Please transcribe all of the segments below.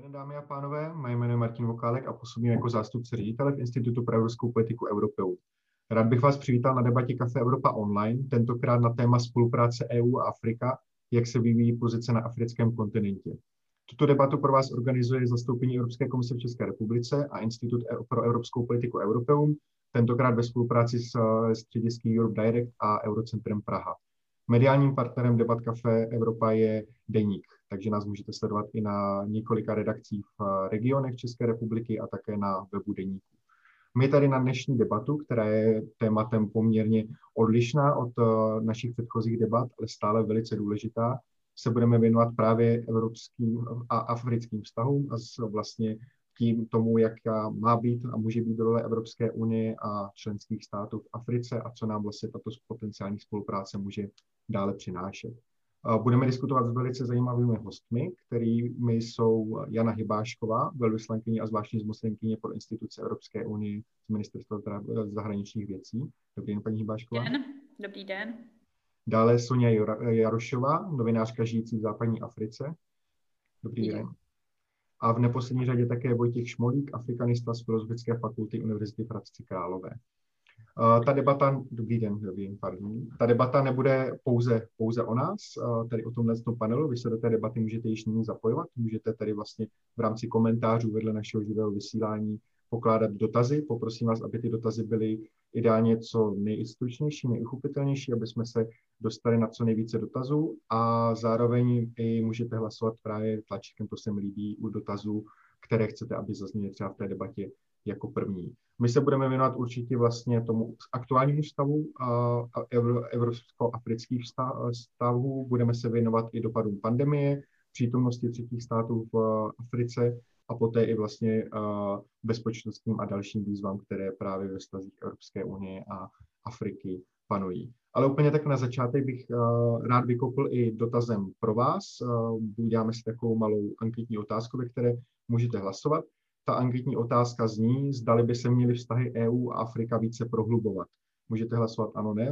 Den, dámy a pánové, moje jméno je Martin Vokálek a působím jako zástupce ředitele v Institutu pro evropskou politiku Europeu. Rád bych vás přivítal na debatě Café Evropa online, tentokrát na téma spolupráce EU a Afrika, jak se vyvíjí pozice na africkém kontinentě. Tuto debatu pro vás organizuje zastoupení Evropské komise v České republice a Institut pro evropskou politiku Europeum, tentokrát ve spolupráci s středisky Europe Direct a Eurocentrem Praha. Mediálním partnerem debat Café Evropa je Deník, takže nás můžete sledovat i na několika redakcích v regionech České republiky a také na webu Deníku. My tady na dnešní debatu, která je tématem poměrně odlišná od našich předchozích debat, ale stále velice důležitá, se budeme věnovat právě evropským a africkým vztahům a vlastně tomu, jaká má být a může být role Evropské unie a členských států v Africe a co nám vlastně tato potenciální spolupráce může dále přinášet. Budeme diskutovat s velice zajímavými hostmi, kterými jsou Jana Hybášková, velvyslankyně a zvláštní zmocněnkyně pro instituce Evropské unie z Ministerstva zahraničních věcí. Dobrý den, paní Hybášková. Dobrý den. Dále Sonja Jarošová, novinářka žijící v západní Africe. Dobrý den. A v neposlední řadě také Vojtěch Šmolík, afrikanista z Filozofické fakulty Univerzity v Hradci Králové. Ta debata nebude pouze o nás, tedy o tomhle panelu. Vy se do té debaty můžete již nyní zapojovat, můžete tedy vlastně v rámci komentářů vedle našeho živého vysílání pokládat dotazy. Poprosím vás, aby ty dotazy byly ideálně co nejstručnější, nejuchopitelnější, aby jsme se dostali na co nejvíce dotazů a zároveň i můžete hlasovat právě tlačítkem, to se mi líbí, u dotazů, které chcete, aby zazněly třeba v té debatě jako první. My se budeme věnovat určitě vlastně tomu aktuálnímu stavu evropsko-afrických stavů, budeme se věnovat i dopadům pandemie, přítomnosti třetích států v Africe a poté i vlastně bezpečnostním a dalším výzvám, které právě ve vztazích Evropské unie a Afriky panují. Ale úplně tak na začátek bych rád vykopl i dotazem pro vás. Uděláme si takovou malou anketní otázku, ve které můžete hlasovat. Ta anketní otázka zní, zdali by se měly vztahy EU a Afrika více prohlubovat. Můžete hlasovat ano, ne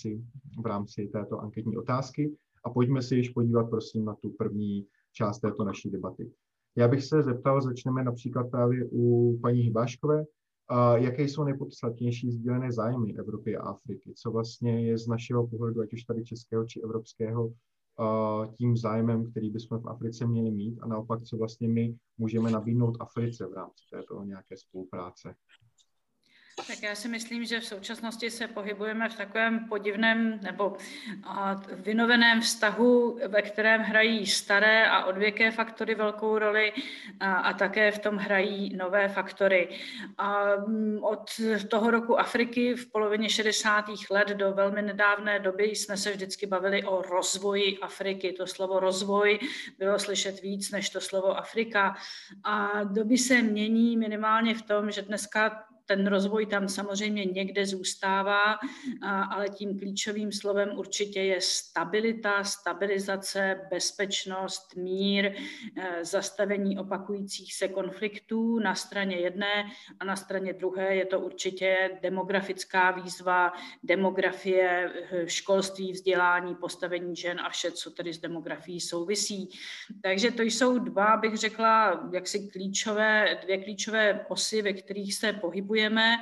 v rámci této anketní otázky a pojďme si již podívat, prosím, na tu první část této naší debaty. Já bych se zeptal, začneme například právě u paní Hybáškové, jaké jsou nejpodstatnější sdílené zájmy Evropy a Afriky, co vlastně je z našeho pohledu, ať už tady českého či evropského, tím zájmem, který bychom v Africe měli mít a naopak, co vlastně my můžeme nabídnout Africe v rámci této nějaké spolupráce. Tak já si myslím, že v současnosti se pohybujeme v takovém podivném nebo vynoveném vztahu, ve kterém hrají staré a odvěké faktory velkou roli a také v tom hrají nové faktory. A od toho roku Afriky v polovině 60. let do velmi nedávné doby jsme se vždycky bavili o rozvoji Afriky. To slovo rozvoj bylo slyšet víc než to slovo Afrika. A doby se mění minimálně v tom, že dneska ten rozvoj tam samozřejmě někde zůstává, ale tím klíčovým slovem určitě je stabilita, stabilizace, bezpečnost, mír, zastavení opakujících se konfliktů na straně jedné a na straně druhé je to určitě demografická výzva, demografie, školství, vzdělání, postavení žen a vše, co tedy s demografií souvisí. Takže to jsou dva, bych řekla, jaksi dvě klíčové osy, ve kterých se pohybujeme.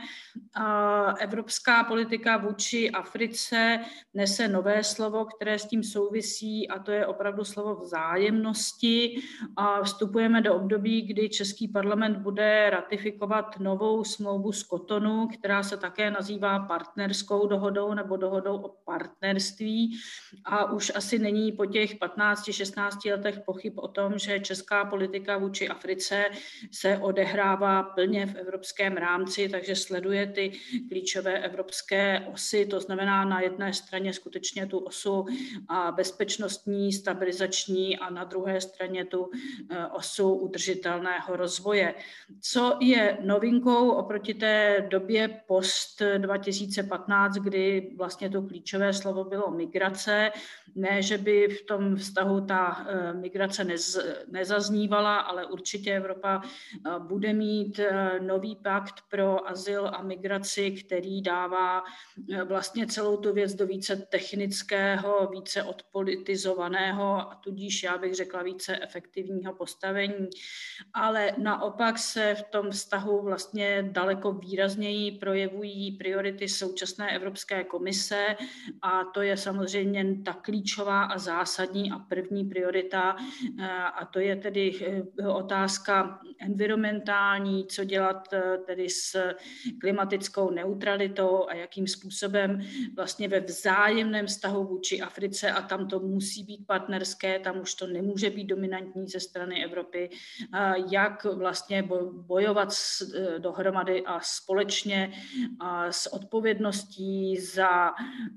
Evropská politika vůči Africe nese nové slovo, které s tím souvisí, a to je opravdu slovo vzájemnosti. A vstupujeme do období, kdy Český parlament bude ratifikovat novou smlouvu z Kotonu, která se také nazývá partnerskou dohodou nebo dohodou o partnerství. A už asi není po těch 15-16 letech pochyb o tom, že česká politika vůči Africe se odehrává plně v evropském rámci, takže sleduje ty klíčové evropské osy, to znamená na jedné straně skutečně tu osu bezpečnostní, stabilizační a na druhé straně tu osu udržitelného rozvoje. Co je novinkou oproti té době post 2015, kdy vlastně to klíčové slovo bylo migrace, ne, že by v tom vztahu ta migrace nezaznívala, ale určitě Evropa bude mít nový pakt pro pro azyl a migraci, který dává vlastně celou tu věc do více technického, více odpolitizovaného a tudíž, já bych řekla, více efektivního postavení. Ale naopak se v tom vztahu vlastně daleko výrazněji projevují priority současné Evropské komise a to je samozřejmě ta klíčová a zásadní a první priorita a to je tedy otázka environmentální, co dělat tedy s klimatickou neutralitou a jakým způsobem vlastně ve vzájemném vztahu vůči Africe a tam to musí být partnerské, tam už to nemůže být dominantní ze strany Evropy, jak vlastně bojovat dohromady a společně s odpovědností za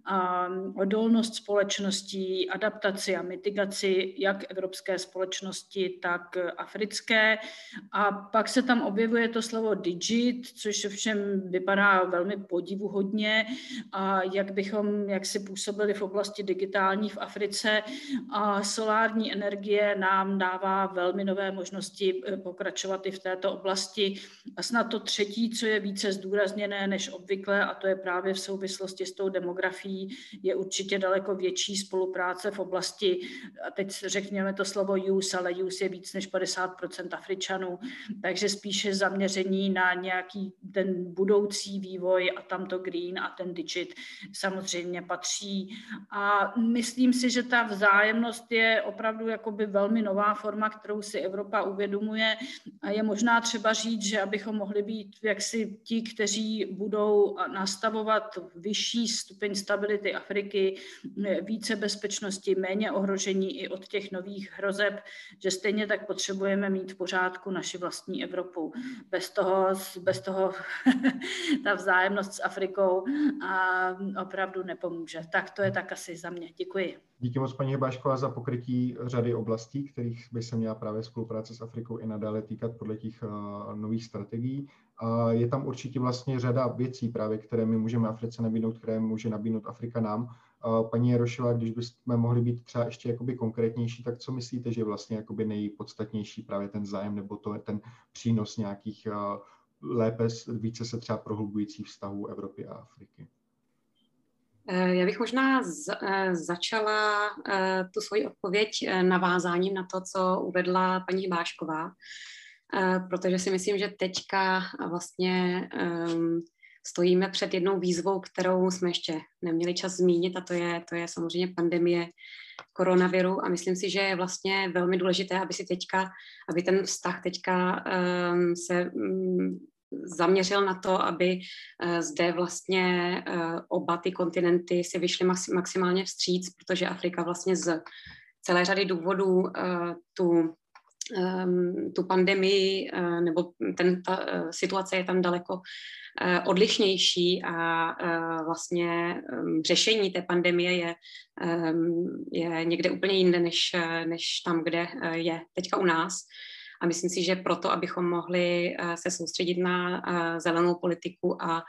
odolnost společností, adaptaci a mitigaci jak evropské společnosti, tak africké. A pak se tam objevuje to slovo digit, což ovšem vypadá velmi podivuhodně, a jak si působili v oblasti digitální v Africe. A solární energie nám dává velmi nové možnosti pokračovat i v této oblasti. A snad to třetí, co je více zdůrazněné než obvykle, a to je právě v souvislosti s tou demografií, je určitě daleko větší spolupráce v oblasti, a teď řekněme to slovo youth, ale youth je víc než 50% Afričanů, takže spíše zaměření na nějaký ten budoucí vývoj a tam to green a ten digit samozřejmě patří. A myslím si, že ta vzájemnost je opravdu jakoby velmi nová forma, kterou si Evropa uvědomuje a je možná třeba říct, že abychom mohli být jaksi ti, kteří budou nastavovat vyšší stupeň stability Afriky, více bezpečnosti, méně ohrožení i od těch nových hrozeb, že stejně tak potřebujeme mít v pořádku naši vlastní Evropu. Bez toho ta vzájemnost s Afrikou opravdu nepomůže. Tak to je tak asi za mě. Děkuji. Díky moc, paní Hybášková, za pokrytí řady oblastí, kterých by se měla právě spolupráce s Afrikou i nadále týkat podle těch nových strategií. A je tam určitě vlastně řada věcí, právě, které my můžeme Africe nabídnout, které může nabídnout Afrika nám. Paní Jarošová, když bychom mohli být třeba ještě jakoby konkrétnější, tak co myslíte, že je vlastně jakoby nejpodstatnější právě ten zájem nebo to je ten přínos nějakých více se třeba prohlubujících vztahů Evropy a Afriky? Já bych možná začala tu svoji odpověď navázáním na to, co uvedla paní Hybášková, protože si myslím, že teďka vlastně stojíme před jednou výzvou, kterou jsme ještě neměli čas zmínit, a to je samozřejmě pandemie koronaviru, a myslím si, že je vlastně velmi důležité, aby ten vztah teďka se zaměřil na to, aby zde vlastně oba ty kontinenty si vyšly maximálně vstříc, protože Afrika vlastně z celé řady důvodů tu pandemii nebo ta situace je tam daleko odlišnější a vlastně řešení té pandemie je někde úplně jinde, než tam, kde je teďka u nás. A myslím si, že proto, abychom mohli se soustředit na zelenou politiku a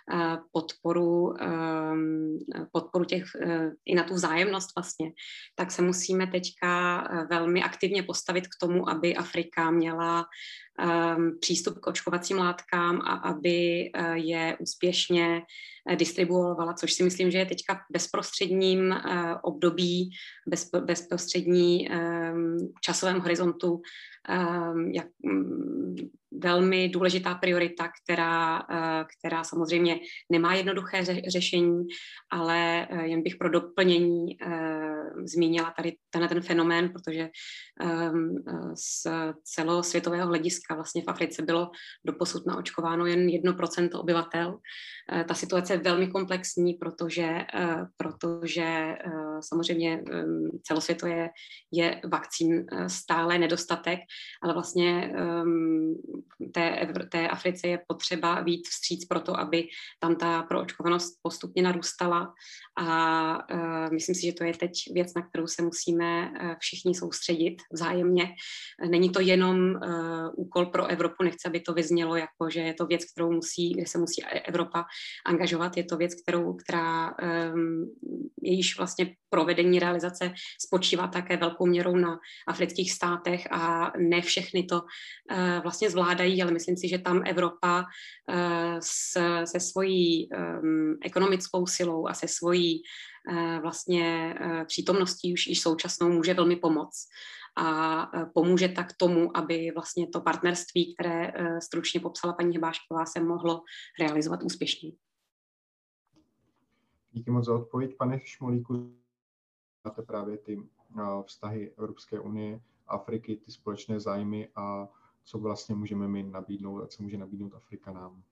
podporu těch, i na tu vzájemnost vlastně, tak se musíme teďka velmi aktivně postavit k tomu, aby Afrika měla přístup k očkovacím látkám a aby je úspěšně distribuovala, což si myslím, že je teďka v bezprostředním období, bezprostřední časovém horizontu velmi důležitá priorita, která samozřejmě nemá jednoduché řešení, ale jen bych pro doplnění zmínila tady ten fenomén, protože z celosvětového hlediska vlastně v Africe bylo doposud naočkováno jen 1% obyvatel. Ta situace je velmi komplexní, protože samozřejmě celosvětově je vakcín stále nedostatek, ale vlastně té Africe je potřeba víc vstříc pro to, aby tam ta proočkovanost postupně narůstala a myslím si, že to je teď věc věc, na kterou se musíme všichni soustředit vzájemně. Není to jenom úkol pro Evropu, nechci, aby to vyznělo jako, že je to věc, kde se musí Evropa angažovat. Je to věc, která jejíž vlastně provedení realizace spočívá také velkou měrou na afrických státech a ne všechny to vlastně zvládají, ale myslím si, že tam Evropa se svojí ekonomickou silou a se svojí vlastně přítomností už i současnou může velmi pomoct. A pomůže tak tomu, aby vlastně to partnerství, které stručně popsala paní Hbášková, se mohlo realizovat úspěšně. Díky moc za odpověď, pane Šmolíku. Máte právě ty vztahy Evropské unie, Afriky, ty společné zájmy a co vlastně můžeme my nabídnout a co může nabídnout Afrika nám.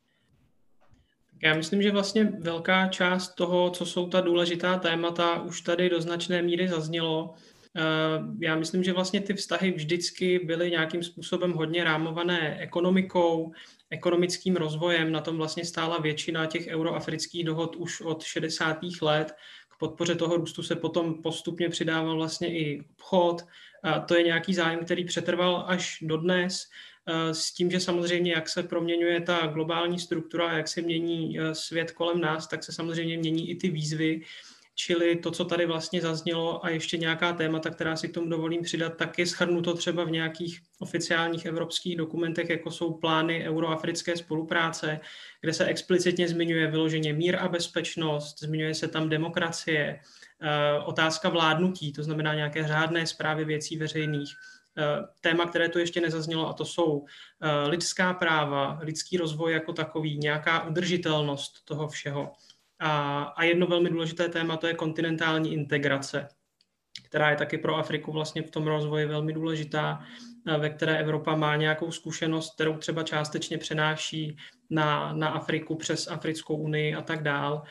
Já myslím, že vlastně velká část toho, co jsou ta důležitá témata, už tady do značné míry zaznělo. Já myslím, že vlastně ty vztahy vždycky byly nějakým způsobem hodně rámované ekonomikou, ekonomickým rozvojem. Na tom vlastně stála většina těch euroafrických dohod už od 60. let. K podpoře toho růstu se potom postupně přidával vlastně i obchod. To je nějaký zájem, který přetrval až dodnes, s tím, že samozřejmě, jak se proměňuje ta globální struktura, jak se mění svět kolem nás, tak se samozřejmě mění i ty výzvy. Čili to, co tady vlastně zaznělo a ještě nějaká témata, která si k tomu dovolím přidat, tak je shrnuto třeba v nějakých oficiálních evropských dokumentech, jako jsou plány euroafrické spolupráce, kde se explicitně zmiňuje vyloženě mír a bezpečnost, zmiňuje se tam demokracie, otázka vládnutí, to znamená nějaké řádné správy věcí veřejných. Téma, které tu ještě nezaznělo, a to jsou lidská práva, lidský rozvoj jako takový, nějaká udržitelnost toho všeho. A jedno velmi důležité téma, to je kontinentální integrace, která je taky pro Afriku vlastně v tom rozvoji velmi důležitá, ve které Evropa má nějakou zkušenost, kterou třeba částečně přenáší na Afriku přes Africkou unii a tak dál.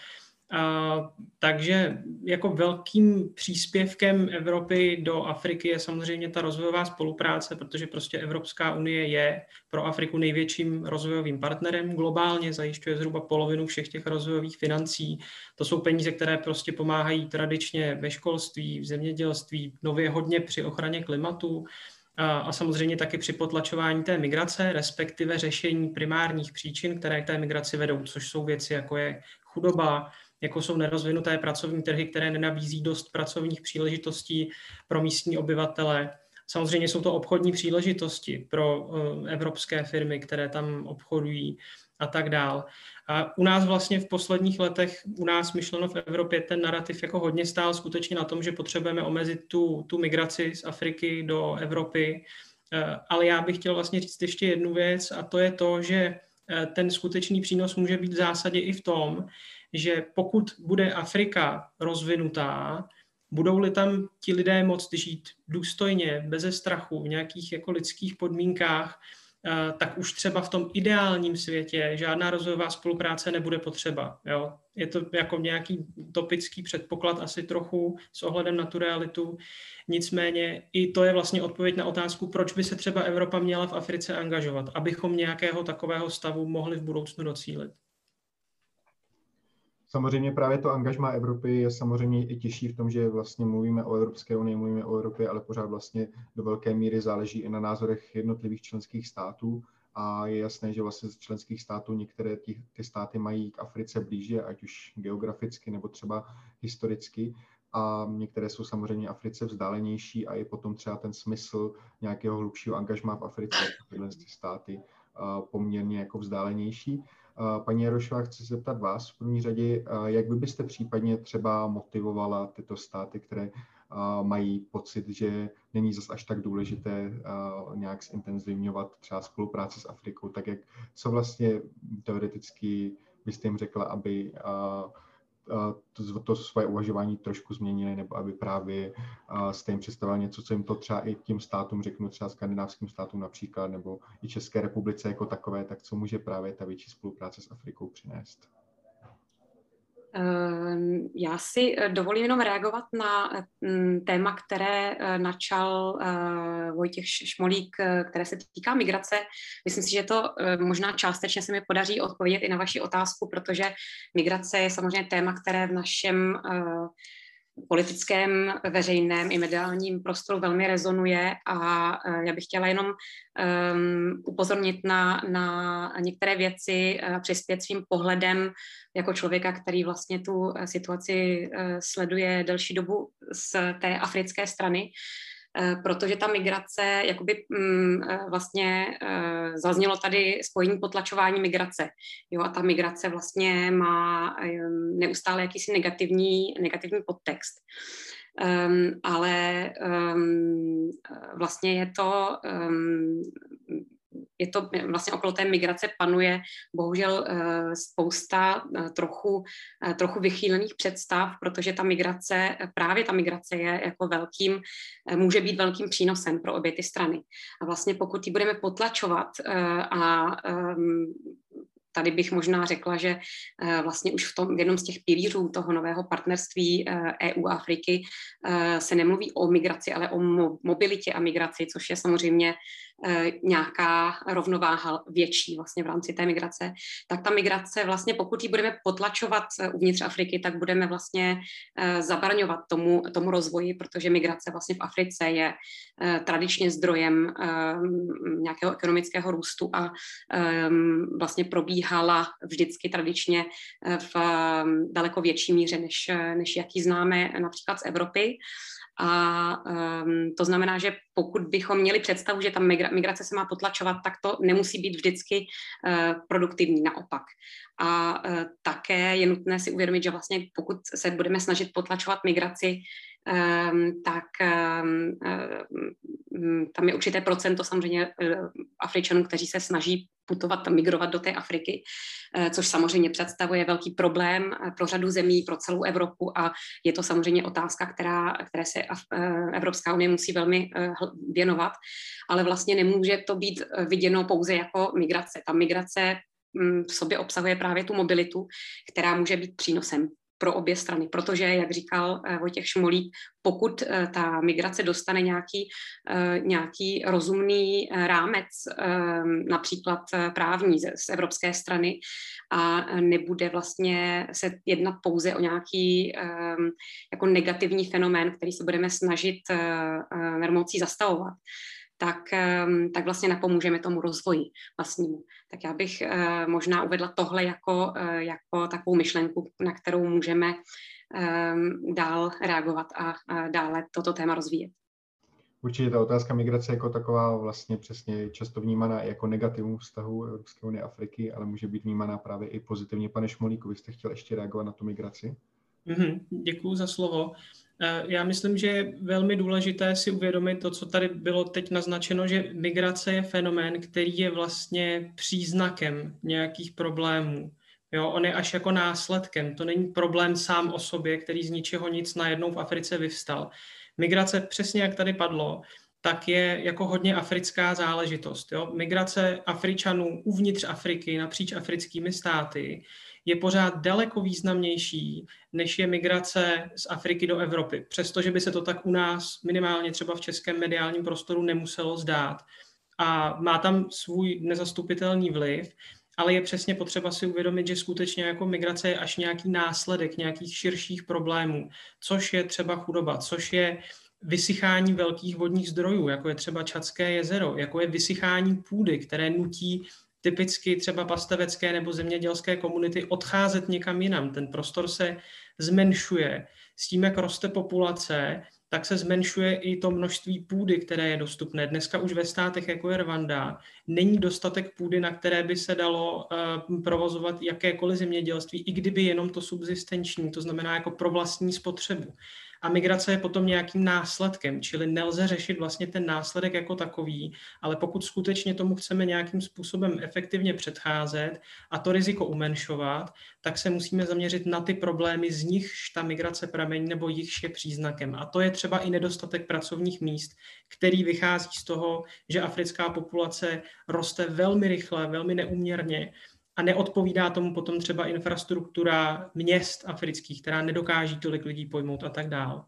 Takže jako velkým příspěvkem Evropy do Afriky je samozřejmě ta rozvojová spolupráce, protože prostě Evropská unie je pro Afriku největším rozvojovým partnerem. Globálně zajišťuje zhruba polovinu všech těch rozvojových financí. To jsou peníze, které prostě pomáhají tradičně ve školství, v zemědělství, nově hodně při ochraně klimatu a samozřejmě taky při potlačování té migrace, respektive řešení primárních příčin, které k té migraci vedou, což jsou věci, jako je chudoba, jako jsou nerozvinuté pracovní trhy, které nenabízí dost pracovních příležitostí pro místní obyvatele. Samozřejmě jsou to obchodní příležitosti pro evropské firmy, které tam obchodují a tak dál. A u nás vlastně v posledních letech, u nás myšleno v Evropě, ten narrativ jako hodně stál skutečně na tom, že potřebujeme omezit tu migraci z Afriky do Evropy. Ale já bych chtěl vlastně říct ještě jednu věc, a to je to, že ten skutečný přínos může být v zásadě i v tom, že pokud bude Afrika rozvinutá, budou-li tam ti lidé moct žít důstojně, beze strachu, v nějakých jako lidských podmínkách, tak už třeba v tom ideálním světě žádná rozvojová spolupráce nebude potřeba. Jo? Je to jako nějaký utopický předpoklad asi trochu s ohledem na tu realitu. Nicméně i to je vlastně odpověď na otázku, proč by se třeba Evropa měla v Africe angažovat, abychom nějakého takového stavu mohli v budoucnu docílit. Samozřejmě právě to angažmá Evropy je samozřejmě i těžší v tom, že vlastně mluvíme o Evropské unii, mluvíme o Evropě, ale pořád vlastně do velké míry záleží i na názorech jednotlivých členských států a je jasné, že vlastně z členských států některé ty státy mají k Africe blíže, ať už geograficky nebo třeba historicky, a některé jsou samozřejmě Africe vzdálenější a je potom třeba ten smysl nějakého hlubšího angažmá v Africe, tyhle státy poměrně jako vzdálenější. Paní Jarošová, chci se zeptat vás v první řadě, jak vy byste případně třeba motivovala tyto státy, které mají pocit, že není zas až tak důležité nějak zintenzivňovat třeba spolupráci s Afrikou, tak jak, co vlastně teoreticky byste jim řekla, aby to svoje uvažování trošku změnili, nebo aby právě jste jim představila něco, co jim to třeba i tím státům, řeknu třeba skandinávským státům například, nebo i České republice jako takové, tak co může právě ta větší spolupráce s Afrikou přinést? Já si dovolím jenom reagovat na téma, které načal Vojtěch Šmolík, které se týká migrace. Myslím si, že to možná částečně se mi podaří odpovědět i na vaši otázku, protože migrace je samozřejmě téma, které v politickém, veřejném i mediálním prostoru velmi rezonuje a já bych chtěla jenom upozornit na některé věci, přispět svým pohledem jako člověka, který vlastně tu situaci sleduje delší dobu z té africké strany, protože ta migrace, jakoby vlastně zaznělo tady spojení potlačování migrace. Jo, a ta migrace vlastně má neustále jakýsi negativní podtext. Ale vlastně je to vlastně okolo té migrace panuje bohužel spousta trochu vychýlených představ, protože právě ta migrace je jako může být velkým přínosem pro obě ty strany. A vlastně pokud ji budeme potlačovat a tady bych možná řekla, že vlastně už v jednom z těch pilířů toho nového partnerství EU a Afriky se nemluví o migraci, ale o mobilitě a migraci, což je samozřejmě nějaká rovnováha větší vlastně v rámci té migrace. Tak ta migrace vlastně, pokud ji budeme potlačovat uvnitř Afriky, tak budeme vlastně zabraňovat tomu rozvoji, protože migrace vlastně v Africe je tradičně zdrojem nějakého ekonomického růstu a vlastně probíhala vždycky tradičně v daleko větší míře, než jaký známe například z Evropy. A to znamená, že pokud bychom měli představu, že ta migrace se má potlačovat, tak to nemusí být vždycky produktivní, naopak. A také je nutné si uvědomit, že vlastně pokud se budeme snažit potlačovat migraci, tak tam je určité procento samozřejmě Afričanů, kteří se snaží putovat a migrovat do té Afriky, což samozřejmě představuje velký problém pro řadu zemí, pro celou Evropu a je to samozřejmě otázka, které se Evropská unie musí velmi věnovat, ale vlastně nemůže to být viděno pouze jako migrace. Ta migrace v sobě obsahuje právě tu mobilitu, která může být přínosem pro obě strany, protože, jak říkal Vojtěch Šmolík, pokud ta migrace dostane nějaký rozumný rámec, například právní z evropské strany a nebude vlastně se jednat pouze o nějaký jako negativní fenomén, který se budeme snažit mermocí zastavovat, tak vlastně napomůžeme tomu rozvoji vlastnímu. Tak já bych možná uvedla tohle jako takovou myšlenku, na kterou můžeme dál reagovat a dále toto téma rozvíjet. Určitě ta otázka migrace jako taková vlastně přesně často vnímaná jako negativum vztahu Evropské unie a Afriky, ale může být vnímaná právě i pozitivně. Pane Šmolíku, vy jste chtěl ještě reagovat na tu migraci? Děkuju za slovo. Já myslím, že je velmi důležité si uvědomit to, co tady bylo teď naznačeno, že migrace je fenomén, který je vlastně příznakem nějakých problémů. Jo, on je až jako následkem. To není problém sám o sobě, který z ničeho nic najednou v Africe vyvstal. Migrace, přesně jak tady padlo, tak je jako hodně africká záležitost. Jo? Migrace Afričanů uvnitř Afriky, napříč africkými státy, je pořád daleko významnější, než je migrace z Afriky do Evropy. Přestože by se to tak u nás, minimálně třeba v českém mediálním prostoru, nemuselo zdát. A má tam svůj nezastupitelný vliv, ale je přesně potřeba si uvědomit, že skutečně jako migrace je až nějaký následek nějakých širších problémů, což je třeba chudoba, což je vysychání velkých vodních zdrojů, jako je třeba Čadské jezero, jako je vysychání půdy, které nutí typicky třeba pastevecké nebo zemědělské komunity odcházet někam jinam. Ten prostor se zmenšuje. S tím, jak roste populace, tak se zmenšuje i to množství půdy, které je dostupné. Dneska už ve státech, jako je Rwanda, není dostatek půdy, na které by se dalo provozovat jakékoliv zemědělství, i kdyby jenom to subzistenční, to znamená jako pro vlastní spotřebu. A migrace je potom nějakým následkem, čili nelze řešit vlastně ten následek jako takový, ale pokud skutečně tomu chceme nějakým způsobem efektivně předcházet a to riziko umenšovat, tak se musíme zaměřit na ty problémy, z nichž ta migrace pramení nebo jichž je příznakem. A to je třeba i nedostatek pracovních míst, který vychází z toho, že africká populace roste velmi rychle, velmi neúměrně, a neodpovídá tomu potom třeba infrastruktura měst afrických, která nedokáží tolik lidí pojmout a tak dál.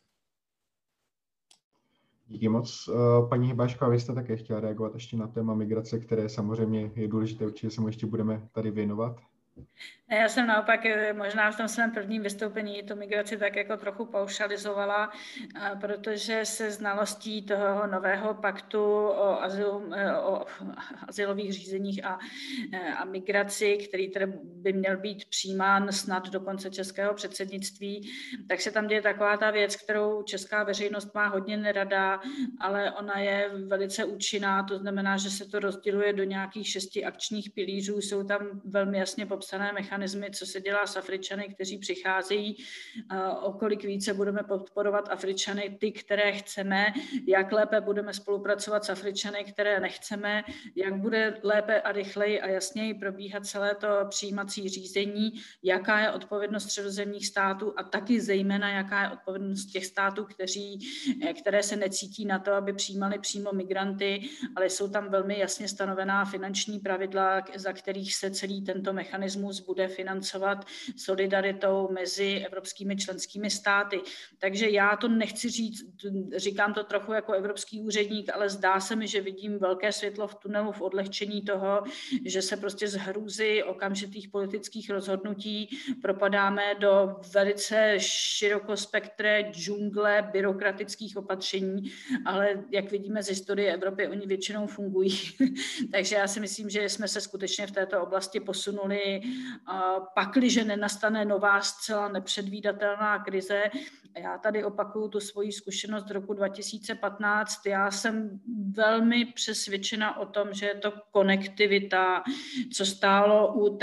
Díky moc. Paní Hybášková, vy jste také chtěla reagovat ještě na téma migrace, které samozřejmě je důležité, určitě se mu ještě budeme tady věnovat. Já jsem naopak možná v tom svém prvním vystoupení tu migraci tak jako trochu paušalizovala, protože se znalostí toho nového paktu o azylových řízeních a migraci, který tedy by měl být přijímán snad do konce českého předsednictví, tak se tam děje taková ta věc, kterou česká veřejnost má hodně nerada, ale ona je velice účinná, to znamená, že se to rozděluje do nějakých 6 akčních pilířů, jsou tam velmi jasně popsané mechanismy, co se dělá s Afričany, kteří přicházejí, o kolik více budeme podporovat Afričany, ty, které chceme, jak lépe budeme spolupracovat s Afričany, které nechceme, jak bude lépe a rychleji a jasněji probíhat celé to přijímací řízení, jaká je odpovědnost středozemních států a taky zejména, jaká je odpovědnost těch států, které se necítí na to, aby přijímali přímo migranty, ale jsou tam velmi jasně stanovená finanční pravidla, za kterých se celý tento mechanismus bude financovat solidaritou mezi evropskými členskými státy. Takže já to nechci říct, říkám to trochu jako evropský úředník, ale zdá se mi, že vidím velké světlo v tunelu v odlehčení toho, že se prostě z hrůzy okamžitých politických rozhodnutí propadáme do velice širokospektré džungle byrokratických opatření, ale jak vidíme z historie Evropy, oni většinou fungují. Takže já si myslím, že jsme se skutečně v této oblasti posunuli. Pakliže nenastane nová zcela nepředvídatelná krize, já tady opakuju tu svoji zkušenost z roku 2015, já jsem velmi přesvědčena o tom, že je to konektivita, co stálo u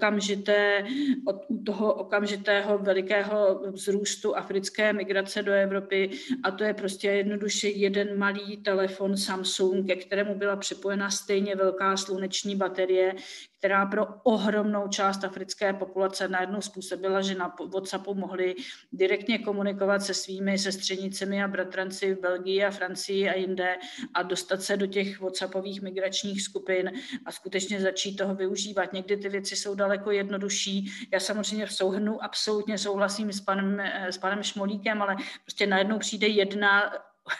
toho okamžitého velikého vzrůstu africké migrace do Evropy, a to je prostě jednoduše jeden malý telefon Samsung, ke kterému byla připojena stejně velká sluneční baterie, která pro ohromnou část africké populace najednou způsobila, že na WhatsAppu mohli direktně komunikovat se svými sestřenicemi a bratranci v Belgii a Francii a jinde a dostat se do těch WhatsAppových migračních skupin a skutečně začít toho využívat. Někdy ty věci jsou daleko jednodušší. Já samozřejmě v souhrnu absolutně souhlasím s panem Šmolíkem, ale prostě najednou přijde jedna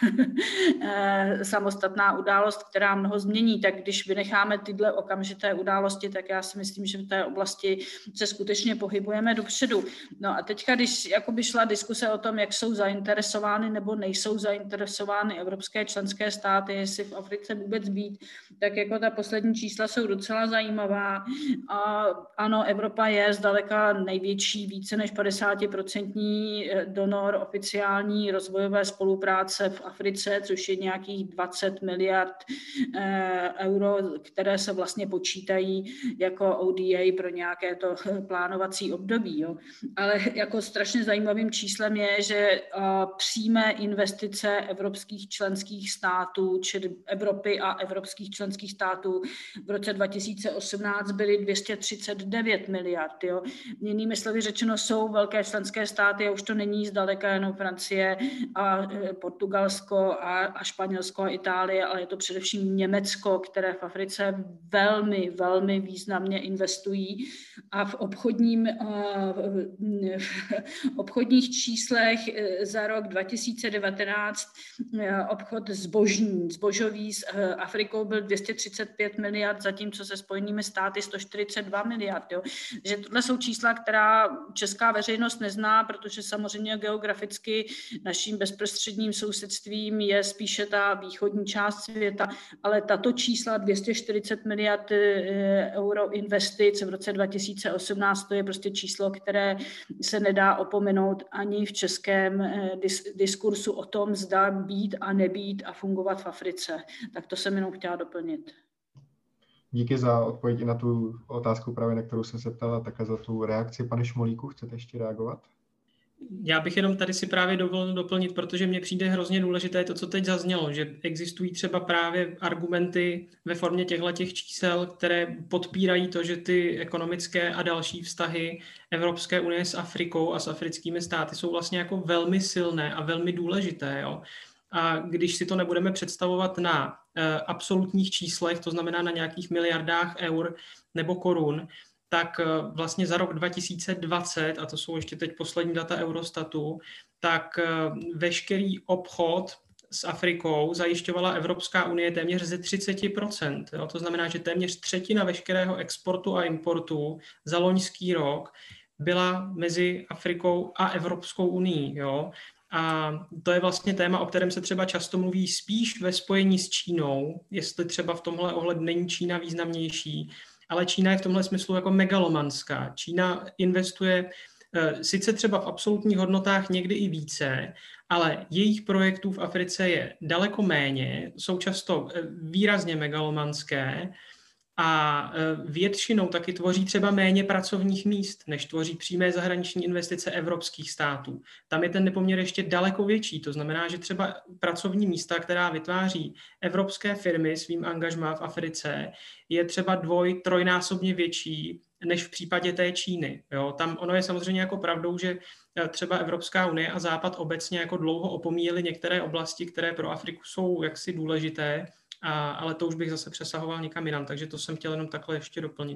samostatná událost, která mnoho změní, tak když vynecháme tyhle okamžité události, tak já si myslím, že v té oblasti se skutečně pohybujeme dopředu. No a teďka, když jakoby šla diskuse o tom, jak jsou zainteresovány nebo nejsou zainteresovány evropské členské státy, jestli v Africe vůbec být, tak jako ta poslední čísla jsou docela zajímavá. A ano, Evropa je zdaleka největší, více než 50% donor oficiální rozvojové spolupráce v Africe, což je nějakých 20 miliard euro, které se vlastně počítají jako ODA pro nějaké to plánovací období. Jo. Ale jako strašně zajímavým číslem je, že přímé investice evropských členských států, či Evropy a evropských členských států v roce 2018 byly 239 miliard. Jo. Jinými slovy řečeno, jsou velké členské státy, a už to není zdaleka jenom Francie a Portugalsko a Španělsko a Itálie, ale je to především Německo, které v Africe velmi, velmi významně investují a v obchodních číslech za rok 2019 obchod zbožový s Afrikou byl 235 miliard, zatímco se Spojenými státy 142 miliard. Jo. Že tohle jsou čísla, která česká veřejnost nezná, protože samozřejmě geograficky naším bezprostředním sousedstvím je spíše ta východní část světa, ale tato čísla 240 miliard euro investic v roce 2018, to je prostě číslo, které se nedá opomenout ani v českém diskursu o tom, zda být a nebýt a fungovat v Africe. Tak to jsem jenom chtěla doplnit. Díky za odpověď i na tu otázku, právě na kterou jsem se ptala, také za tu reakci. Pane Šmolíku, chcete ještě reagovat? Já bych jenom tady si právě dovolil doplnit, protože mně přijde hrozně důležité to, co teď zaznělo, že existují třeba právě argumenty ve formě těchto čísel, které podpírají to, že ty ekonomické a další vztahy Evropské unie s Afrikou a s africkými státy jsou vlastně jako velmi silné a velmi důležité. Jo? A když si to nebudeme představovat na absolutních číslech, to znamená na nějakých miliardách eur nebo korun, tak vlastně za rok 2020, a to jsou ještě teď poslední data Eurostatu, tak veškerý obchod s Afrikou zajišťovala Evropská unie téměř ze 30%. Jo? To znamená, že téměř třetina veškerého exportu a importu za loňský rok byla mezi Afrikou a Evropskou unií. Jo? A to je vlastně téma, o kterém se třeba často mluví spíš ve spojení s Čínou, jestli třeba v tomhle ohledu není Čína významnější, ale Čína je v tomhle smyslu jako megalomanská. Čína investuje sice třeba v absolutních hodnotách někdy i více, ale jejich projektů v Africe je daleko méně, jsou často výrazně megalomanské a většinou taky tvoří třeba méně pracovních míst, než tvoří přímé zahraniční investice evropských států. Tam je ten nepoměr ještě daleko větší, to znamená, že třeba pracovní místa, která vytváří evropské firmy svým angažmá v Africe, je třeba 2-3násobně větší než v případě té Číny. Jo? Tam ono je samozřejmě jako pravdou, že třeba Evropská unie a Západ obecně jako dlouho opomíjeli některé oblasti, které pro Afriku jsou jaksi důležité, ale to už bych zase přesahoval někam jinam, takže to jsem chtěl jenom takhle ještě doplnit.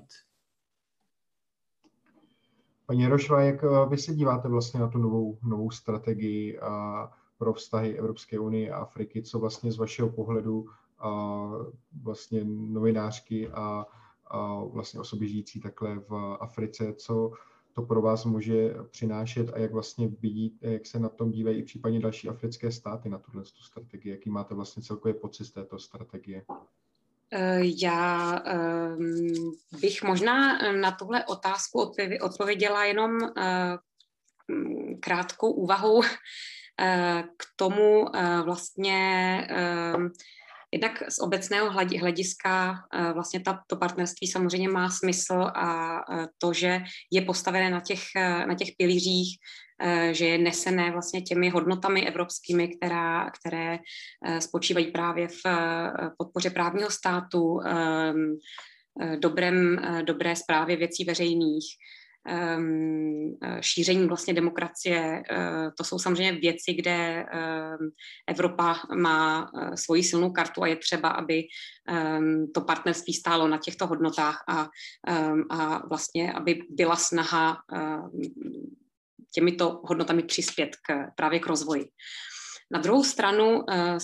Paní Jarošová, jak vy se díváte vlastně na tu novou strategii pro vztahy Evropské unie a Afriky, co vlastně z vašeho pohledu vlastně novinářky a vlastně osoby žijící takhle v Africe, co to pro vás může přinášet a jak vlastně vidíte, jak se na tom dívají i případně další africké státy na tuhle strategii, jaký máte vlastně celkově pocit z této strategie? Já bych možná na tuhle otázku odpověděla jenom krátkou úvahou k tomu vlastně jednak z obecného hlediska vlastně to partnerství samozřejmě má smysl a to, že je postavené na těch pilířích, že je nesené vlastně těmi hodnotami evropskými, které spočívají právě v podpoře právního státu, dobré správě věcí veřejných, šíření vlastně demokracie. To jsou samozřejmě věci, kde Evropa má svoji silnou kartu a je třeba, aby to partnerství stálo na těchto hodnotách a vlastně, aby byla snaha těmito hodnotami přispět právě k rozvoji. Na druhou stranu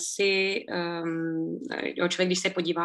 člověk, když se podívá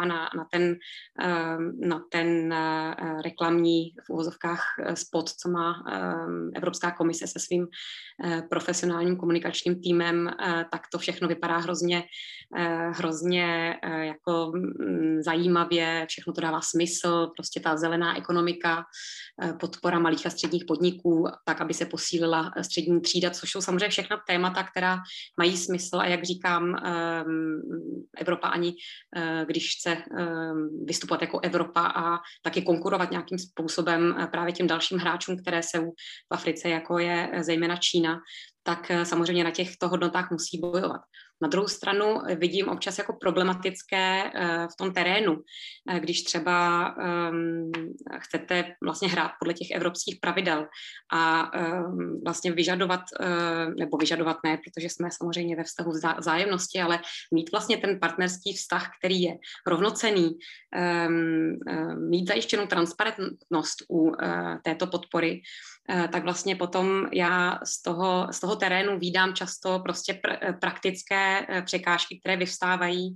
na ten reklamní v uvozovkách spot, co má Evropská komise se svým profesionálním komunikačním týmem, tak to všechno vypadá hrozně jako zajímavě, všechno to dává smysl, prostě ta zelená ekonomika, podpora malých a středních podniků, tak, aby se posílila střední třída, což jsou samozřejmě všechna témata, která mají smysl a jak říkám, Evropa ani když chce vystupovat jako Evropa a taky konkurovat nějakým způsobem právě těm dalším hráčům, které jsou v Africe, jako je zejména Čína, tak samozřejmě na těchto hodnotách musí bojovat. Na druhou stranu vidím občas jako problematické v tom terénu, když třeba chcete vlastně hrát podle těch evropských pravidel a vlastně vyžadovat ne, protože jsme samozřejmě ve vztahu vzájemnosti, ale mít vlastně ten partnerský vztah, který je rovnocenný, mít zajištěnou transparentnost u této podpory, tak vlastně potom já z toho terénu vídám často prostě praktické překážky, které vyvstávají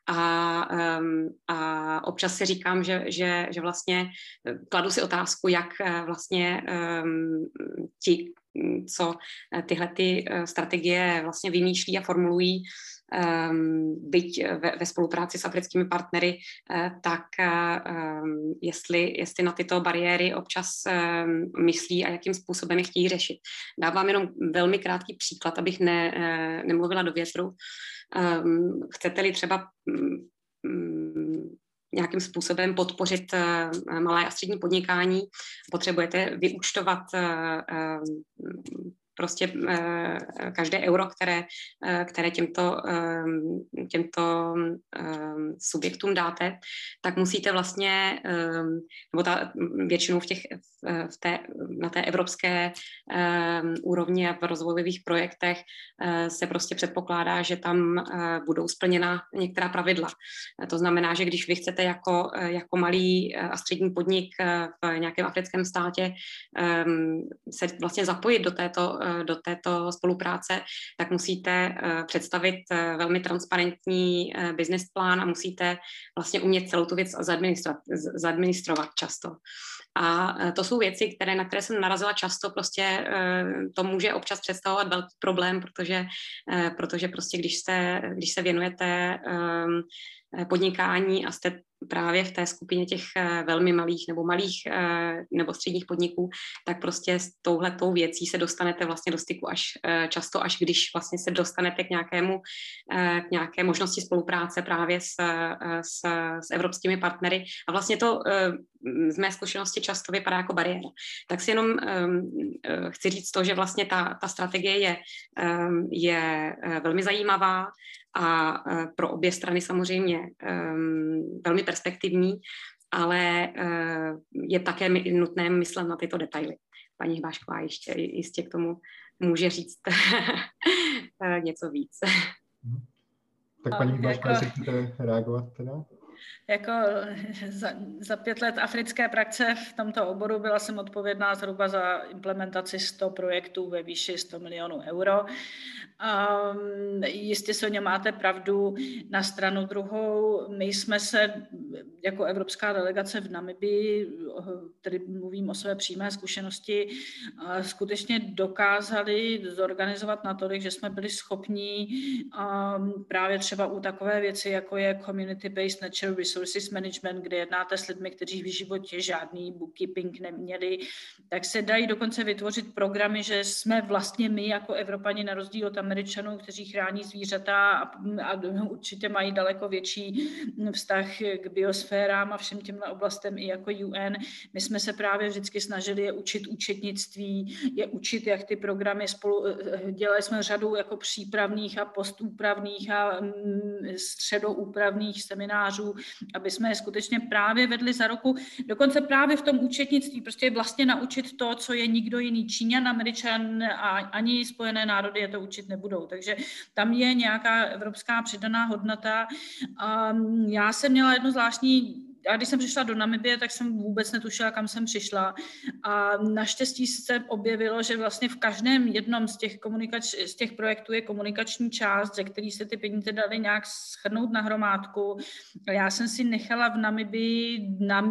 a občas si říkám, že vlastně kladu si otázku, jak vlastně ti, co tyhle ty strategie vlastně vymýšlí a formulují, byť ve spolupráci s africkými partnery, tak jestli na tyto bariéry občas myslí a jakým způsobem je chtějí řešit. Dávám jenom velmi krátký příklad, abych nemluvila do větru. Chcete-li třeba nějakým způsobem podpořit malé a střední podnikání, potřebujete vyúčtovat prostě každé euro, které těmto subjektům dáte, tak musíte vlastně, nebo většinou na té evropské úrovni a v rozvojových projektech se prostě předpokládá, že tam budou splněna některá pravidla. To znamená, že když vy chcete jako malý a střední podnik v nějakém africkém státě se vlastně zapojit do této do této spolupráce, tak musíte představit velmi transparentní business plán a musíte vlastně umět celou tu věc zadministrovat často. A to jsou věci, na které jsem narazila často, prostě to může občas představovat velký problém, protože prostě když se věnujete podnikání a jste právě v té skupině těch velmi malých nebo středních podniků, tak prostě s touhletou věcí se dostanete vlastně do styku často až když vlastně se dostanete k nějaké možnosti spolupráce právě s evropskými partnery. A vlastně to z mé zkušenosti často vypadá jako bariéra. Tak si jenom chci říct to, že vlastně ta strategie je velmi zajímavá a pro obě strany samozřejmě velmi perspektivní, ale je také nutné myslet na tyto detaily. Paní Hbášková ještě jistě k tomu může říct něco víc. Tak paní Hbášková, jestli chcete reagovat teda? Jako za 5 let africké praxe v tomto oboru byla jsem odpovědná zhruba za implementaci 100 projektů ve výši 100 milionů euro. Jistě se o něm máte pravdu. Na stranu druhou, my jsme se jako evropská delegace v Namibii, tedy mluvím o své přímé zkušenosti, skutečně dokázali zorganizovat natolik, že jsme byli schopni právě třeba u takové věci, jako je community-based natural resources management, kde jednáte s lidmi, kteří v životě žádný bookkeeping neměli, tak se dají dokonce vytvořit programy, že jsme vlastně my jako Evropani na rozdíl od Američanů, kteří chrání zvířata a určitě mají daleko větší vztah k biosférám a všem těmhle oblastem i jako UN. My jsme se právě vždycky snažili je učit účetnictví, je učit, jak ty programy dělali jsme řadu jako přípravných a postúpravných a středoúpravných seminářů, aby jsme je skutečně právě vedli za ruku, dokonce právě v tom účetnictví, prostě vlastně naučit to, co je nikdo jiný, Číňan, Američan a ani Spojené národy je to učit nebudou. Takže tam je nějaká evropská přidaná hodnota. Já jsem měla jedno zvláštní. A když jsem přišla do Namibie, tak jsem vůbec netušila, kam jsem přišla. A naštěstí se objevilo, že vlastně v každém jednom z těch projektů je komunikační část, ze který se ty peníze daly nějak shrnout na hromádku. Já jsem si nechala v Namibii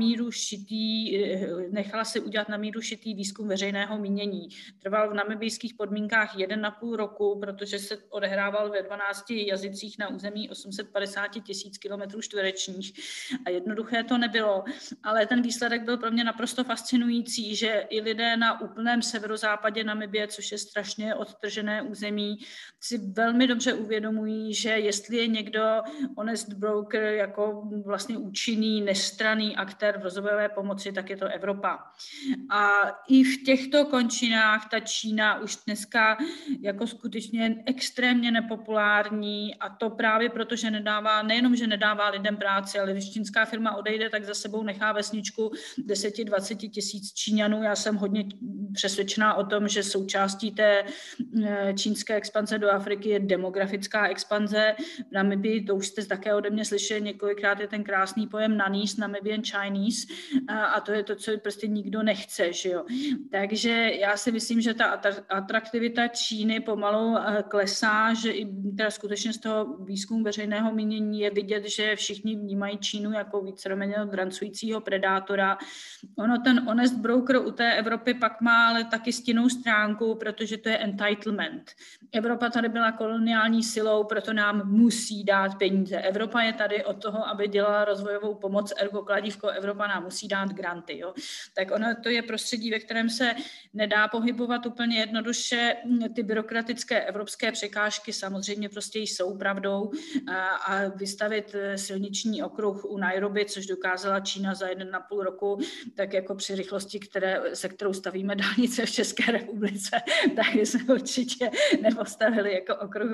nechala si udělat na míru šitý výzkum veřejného mínění. Trval v namibijských podmínkách 1,5 roku, protože se odehrával ve 12 jazycích na území 850 000 kilometrů čtverečních. A jednoduché to nebylo, ale ten výsledek byl pro mě naprosto fascinující, že i lidé na úplném severozápadě Namibie, což je strašně odtržené území, si velmi dobře uvědomují, že jestli je někdo honest broker jako vlastně účinný, nestranný aktér v rozvojové pomoci, tak je to Evropa. A i v těchto končinách ta Čína už dneska jako skutečně extrémně nepopulární a to právě proto, že nejenom, že nedává lidem práci, ale když čínská firma odejde, tak za sebou nechá vesničku 10-20 tisíc Číňanů. Já jsem hodně přesvědčená o tom, že součástí té čínské expanze do Afriky je demografická expanze. V Namibii, to už jste také ode mě slyšeli několikrát, je ten krásný pojem Nanese, Namibian Chinese, a to je to, co prostě nikdo nechce. Že jo? Takže já si myslím, že ta atraktivita Číny pomalu klesá, že i teda skutečně z toho výzkumu veřejného mínění je vidět, že všichni vnímají Čínu jako víceméně drancujícího predátora. Ono ten honest broker u té Evropy pak má ale taky stinnou stránku, protože to je entitlement. Evropa tady byla koloniální silou, proto nám musí dát peníze. Evropa je tady od toho, aby dělala rozvojovou pomoc, ergo kladívko, Evropa nám musí dát granty. Jo? Tak ono to je prostředí, ve kterém se nedá pohybovat úplně jednoduše. Ty byrokratické evropské překážky samozřejmě prostě jsou pravdou a vystavit silniční okruh u Nairobi, což dokázala Čína za 1,5 roku, tak jako při rychlosti, se kterou stavíme dálnice v České republice, tak jsme určitě nepostavili jako okruh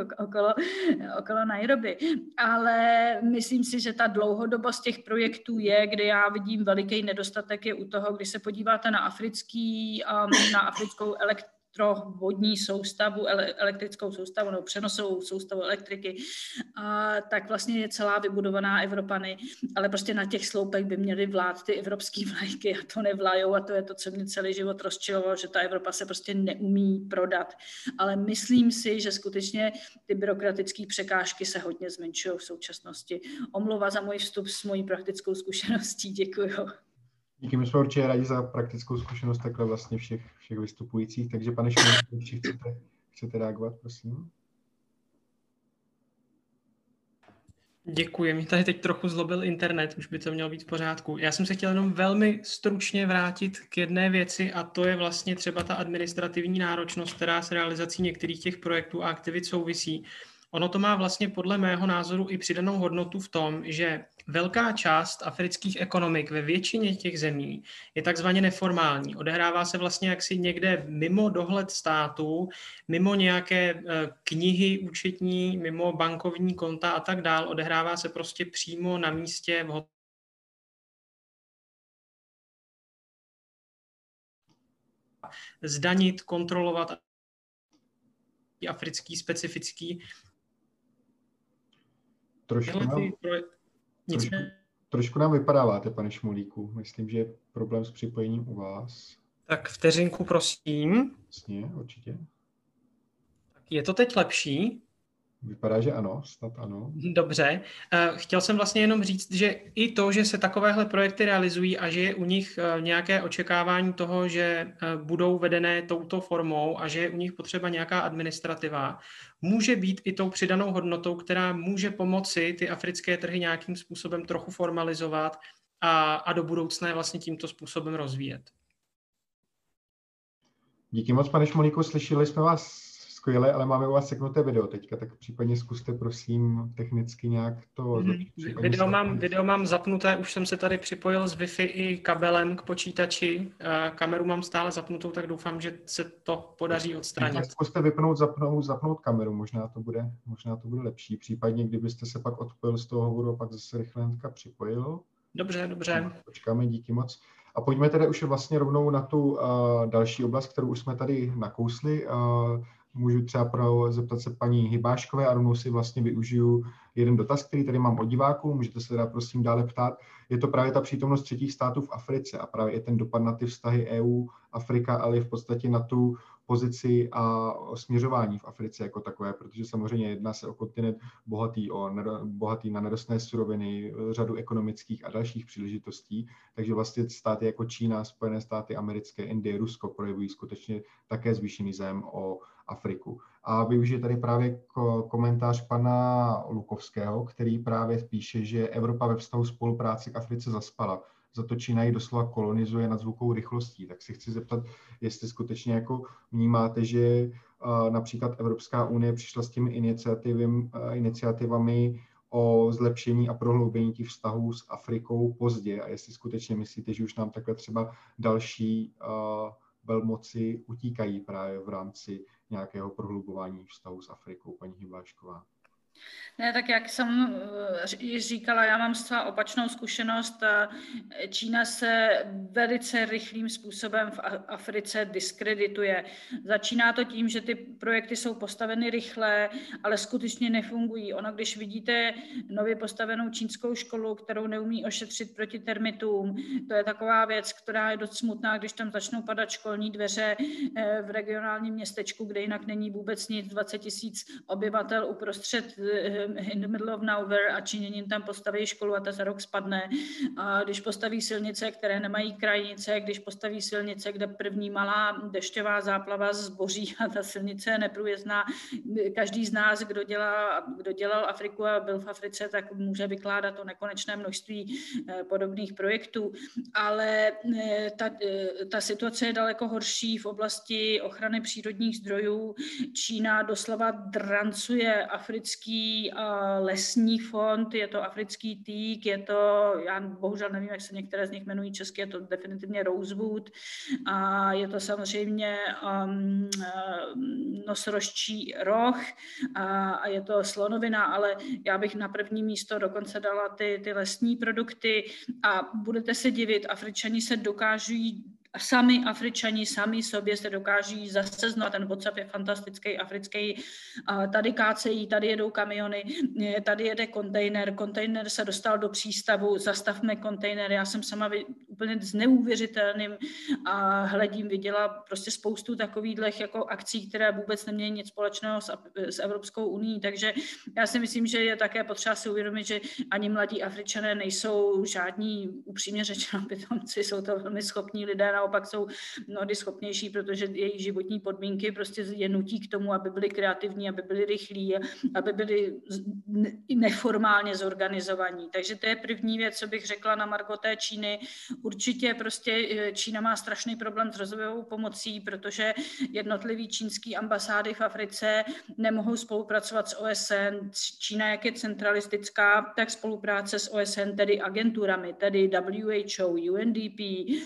okolo Nairobi. Ale myslím si, že ta dlouhodobost těch projektů je, kde já vidím veliký nedostatek, je u toho, když se podíváte na africkou elektrovodní soustavu, elektrickou soustavu nebo přenosovou soustavu elektriky, tak vlastně je celá vybudovaná Evropany, ale prostě na těch sloupech by měly vlád ty evropské vlajky a to nevlajou a to je to, co mě celý život rozčilovalo, že ta Evropa se prostě neumí prodat. Ale myslím si, že skutečně ty byrokratické překážky se hodně zmenšují v současnosti. Omluva za můj vstup s mojí praktickou zkušeností. Děkuju. Díky, my jsme určitě rádi za praktickou zkušenost takhle vlastně všech vystupujících. Takže pane Šmolíku, chcete reagovat, prosím? Děkuji, mě tady teď trochu zlobil internet, už by to mělo být v pořádku. Já jsem se chtěl jenom velmi stručně vrátit k jedné věci a to je vlastně třeba ta administrativní náročnost, která s realizací některých těch projektů a aktivit souvisí. Ono to má vlastně podle mého názoru i přidanou hodnotu v tom, že velká část afrických ekonomik ve většině těch zemí je takzvaně neformální. Odehrává se vlastně jaksi někde mimo dohled státu, mimo nějaké knihy účetní, mimo bankovní konta a tak dál. Odehrává se prostě přímo na místě v zdanit, kontrolovat africký specifický. Trošku nám vypadáváte, pane Šmolíku. Myslím, že je problém s připojením u vás. Tak vteřinku, prosím. Jasně, určitě. Je to teď lepší? Vypadá, že ano, snad ano. Dobře. Chtěl jsem vlastně jenom říct, že i to, že se takovéhle projekty realizují a že je u nich nějaké očekávání toho, že budou vedené touto formou a že je u nich potřeba nějaká administrativa, může být i tou přidanou hodnotou, která může pomoci ty africké trhy nějakým způsobem trochu formalizovat a do budoucna je vlastně tímto způsobem rozvíjet. Díky moc, pane Šmolíku, slyšeli jsme vás skvěle, ale máme u vás seknuté video teďka, tak případně zkuste, prosím, technicky nějak to zlepšit. Video mám zapnuté, už jsem se tady připojil s Wi-Fi i kabelem k počítači. Kameru mám stále zapnutou, tak doufám, že se to podaří odstranit. Zkuste zapnout kameru, možná to bude lepší. Případně, kdybyste se pak odpojil z toho hovoru a pak zase rychle připojil. Dobře. Počkáme, díky moc. A pojďme tedy už vlastně rovnou na tu další oblast, kterou už jsme tady nakousli. Můžu třeba zeptat se paní Hybáškové a rovnou si vlastně využiju jeden dotaz, který tady mám od diváků. Můžete se teda prosím dále ptát. Je to právě ta přítomnost třetích států v Africe a právě je ten dopad na ty vztahy EU-Afrika, ale i v podstatě na tu pozici a směřování v Africe jako takové, protože samozřejmě jedná se o kontinent bohatý na nerostné suroviny, řadu ekonomických a dalších příležitostí, takže vlastně státy jako Čína, Spojené státy americké, Indie, Rusko projevují skutečně také zvýšený zájem o Afriku. A využije tady právě komentář pana Lukovského, který právě píše, že Evropa ve vztahu spolupráci k Africe zaspala. Za to Čína ji doslova kolonizuje nadzvukovou rychlostí. Tak si chci zeptat, jestli skutečně jako vnímáte, že například Evropská unie přišla s těmi iniciativami o zlepšení a prohloubení těch vztahů s Afrikou pozdě a jestli skutečně myslíte, že už nám takhle třeba další velmoci utíkají právě v rámci nějakého prohlubování vztahu s Afrikou, paní Hybášková. Ne, tak jak jsem již říkala, já mám zcela opačnou zkušenost. Čína se velice rychlým způsobem v Africe diskredituje. Začíná to tím, že ty projekty jsou postaveny rychle, ale skutečně nefungují. Ono, když vidíte nově postavenou čínskou školu, kterou neumí ošetřit proti termitům, to je taková věc, která je dost smutná, když tam začnou padat školní dveře v regionálním městečku, kde jinak není vůbec nic, 20 000 obyvatel uprostřed in the middle of nowhere a Číňanin tam postaví školu a ta za rok spadne. A když postaví silnice, které nemají krajnice, když postaví silnice, kde první malá dešťová záplava zboří a ta silnice je neprůjezdná, každý z nás, kdo dělal Afriku a byl v Africe, tak může vykládat o nekonečné množství podobných projektů. Ale ta situace je daleko horší v oblasti ochrany přírodních zdrojů. Čína doslova drancuje africký lesní fond, je to africký týk, je to, já bohužel nevím, jak se některé z nich jmenují česky, je to definitivně rosewood a je to samozřejmě nosorožčí roh a je to slonovina, ale já bych na první místo dokonce dala ty lesní produkty a budete se divit, Afričani se sami Afričani, sami sobě se dokáží zaseznat, ten WhatsApp je fantastický, africký, tady kácejí, tady jedou kamiony, tady jede kontejner se dostal do přístavu, zastavme kontejner, já jsem sama úplně s neuvěřitelným hledím viděla prostě spoustu takových jako akcí, které vůbec neměly nic společného s Evropskou unií, takže já si myslím, že je také potřeba si uvědomit, že ani mladí Afričané nejsou žádní, upřímně řečeno, pitomci, jsou to velmi schopní lidé, naopak jsou mnohdy schopnější, protože jejich životní podmínky prostě je nutí k tomu, aby byli kreativní, aby byli rychlí, aby byli neformálně zorganizovaní. Takže to je první věc, co bych řekla na margo té Číny. Určitě prostě Čína má strašný problém s rozvojovou pomocí, protože jednotlivý čínský ambasády v Africe nemohou spolupracovat s OSN. Čína, jak je centralistická, tak spolupráce s OSN, tedy agenturami, tedy WHO, UNDP,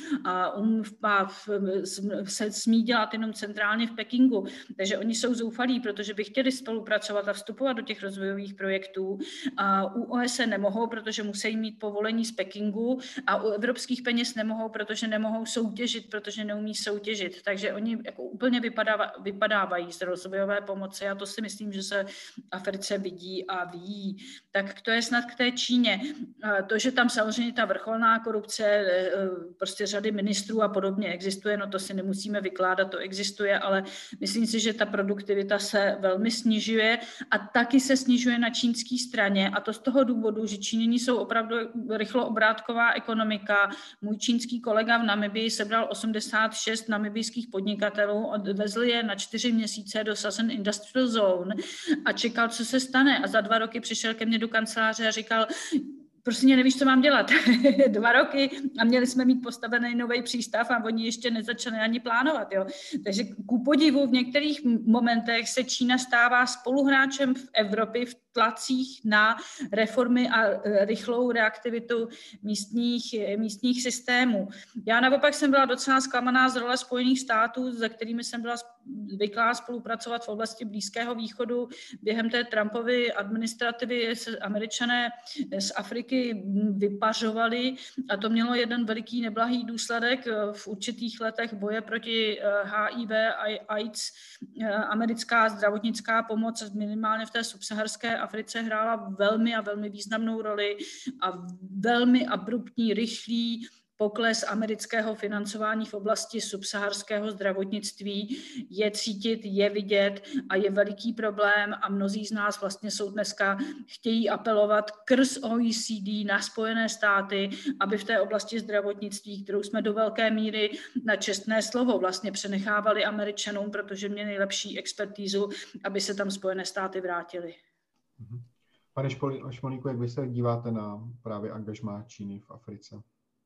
se smí dělat jenom centrálně v Pekingu. Takže oni jsou zoufalí, protože by chtěli spolupracovat a vstupovat do těch rozvojových projektů. U OSN nemohou, protože musí mít povolení z Pekingu a u evropských peněz nemohou, protože nemohou soutěžit, protože neumí soutěžit. Takže oni jako úplně vypadávají z rozvojové pomoci a to si myslím, že se Africe vidí a ví. Tak to je snad k té Číně. To, že tam samozřejmě ta vrcholná korupce, prostě řady ministrů a podobně existuje, no to si nemusíme vykládat, to existuje, ale myslím si, že ta produktivita se velmi snižuje a taky se snižuje na čínské straně a to z toho důvodu, že Číňani jsou opravdu rychloobrátková ekonomika. Můj čínský kolega v Namibii sebral 86 namibijských podnikatelů, odvezl je na 4 měsíce do Southern Industrial Zone a čekal, co se stane a za 2 roky přišel ke mně do kanceláře a říkal, prostě nevíš, co mám dělat. 2 roky a měli jsme mít postavený nový přístav a oni ještě nezačali ani plánovat. Jo. Takže ku podivu v některých momentech se Čína stává spoluhráčem v Evropě v tlacích na reformy a rychlou reaktivitu místních systémů. Já naopak jsem byla docela zklamaná z role Spojených států, se kterými jsem byla zvyklá spolupracovat v oblasti Blízkého východu. Během té Trumpovy administrativy se Američané z Afriky vypařovali a to mělo jeden veliký neblahý důsledek v určitých letech boje proti HIV a AIDS. Americká zdravotnická pomoc minimálně v té subsaharské Africe hrála velmi a velmi významnou roli a velmi abruptní, rychlý pokles amerického financování v oblasti subsaharského zdravotnictví je cítit, je vidět a je veliký problém a mnozí z nás vlastně jsou dneska chtějí apelovat krz OECD na Spojené státy, aby v té oblasti zdravotnictví, kterou jsme do velké míry na čestné slovo vlastně přenechávali Američanům, protože měli lepší expertízu, aby se tam Spojené státy vrátily. Pane Šmolíku, jak vy se díváte na právě angažmá Číny v Africe?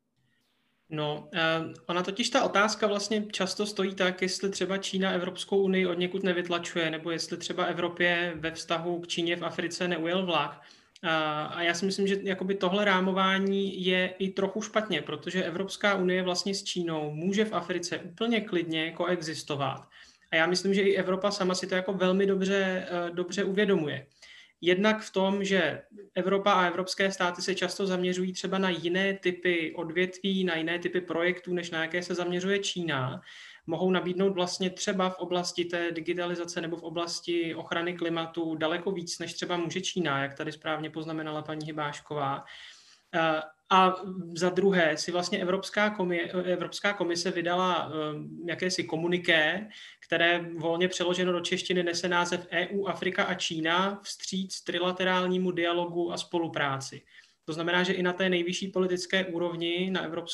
No, ona totiž ta otázka vlastně často stojí tak, jestli třeba Čína Evropskou unii od někud nevytlačuje, nebo jestli třeba Evropě ve vztahu k Číně v Africe neujel vlak. A já si myslím, že jakoby tohle rámování je i trochu špatně, protože Evropská unie vlastně s Čínou může v Africe úplně klidně koexistovat. A já myslím, že i Evropa sama si to jako velmi dobře uvědomuje. Jednak v tom, že Evropa a evropské státy se často zaměřují třeba na jiné typy odvětví, na jiné typy projektů, než na jaké se zaměřuje Čína. Mohou nabídnout vlastně třeba v oblasti té digitalizace nebo v oblasti ochrany klimatu daleko víc, než třeba může Čína, jak tady správně poznamenala paní Hybášková. A za druhé si vlastně Evropská komise vydala jakési komuniké, které volně přeloženo do češtiny nese název EU, Afrika a Čína vstříc trilaterálnímu dialogu a spolupráci. To znamená, že i na té nejvyšší politické úrovni,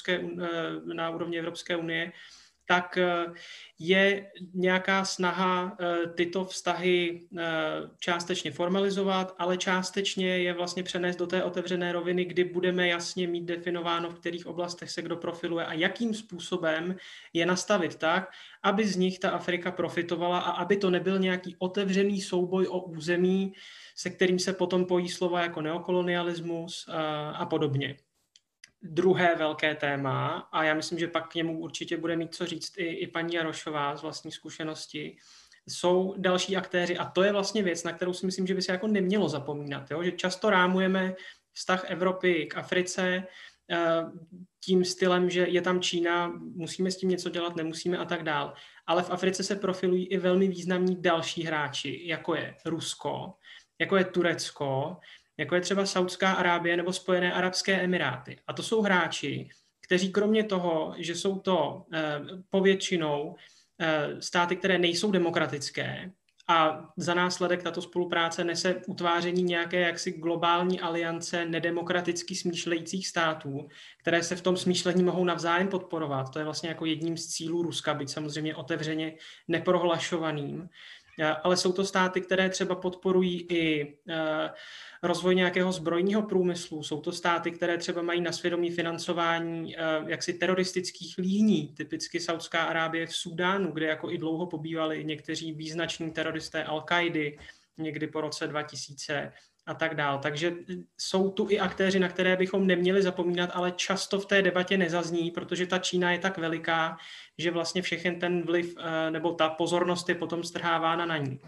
na úrovni Evropské unie, tak je nějaká snaha tyto vztahy částečně formalizovat, ale částečně je vlastně přenést do té otevřené roviny, kdy budeme jasně mít definováno, v kterých oblastech se kdo profiluje a jakým způsobem je nastavit tak, aby z nich ta Afrika profitovala a aby to nebyl nějaký otevřený souboj o území, se kterým se potom pojí slova jako neokolonialismus a podobně. Druhé velké téma, a já myslím, že pak k němu určitě bude mít co říct i paní Jarošová z vlastní zkušenosti, jsou další aktéři a to je vlastně věc, na kterou si myslím, že by se jako nemělo zapomínat. Jo? Že často rámujeme vztah Evropy k Africe tím stylem, že je tam Čína, musíme s tím něco dělat, nemusíme a tak dál. Ale v Africe se profilují i velmi významní další hráči, jako je Rusko, jako je Turecko, jako je třeba Saudská Arábie nebo Spojené arabské emiráty. A to jsou hráči, kteří kromě toho, že jsou to povětšinou státy, které nejsou demokratické, a za následek tato spolupráce nese utváření nějaké jaksi globální aliance nedemokraticky smýšlejících států, které se v tom smýšlení mohou navzájem podporovat. To je vlastně jako jedním z cílů Ruska, byť samozřejmě otevřeně neprohlašovaným. Ale jsou to státy, které třeba podporují i rozvoj nějakého zbrojního průmyslu. Jsou to státy, které třeba mají na svědomí financování jaksi teroristických líhní, typicky Saudská Arábie v Súdánu, kde jako i dlouho pobývali někteří význační teroristé Al-Kaidy, někdy po roce 2000 a tak dál. Takže jsou tu i aktéři, na které bychom neměli zapomínat, ale často v té debatě nezazní, protože ta Čína je tak veliká, že vlastně všechen ten vliv nebo ta pozornost je potom strhávána na ní.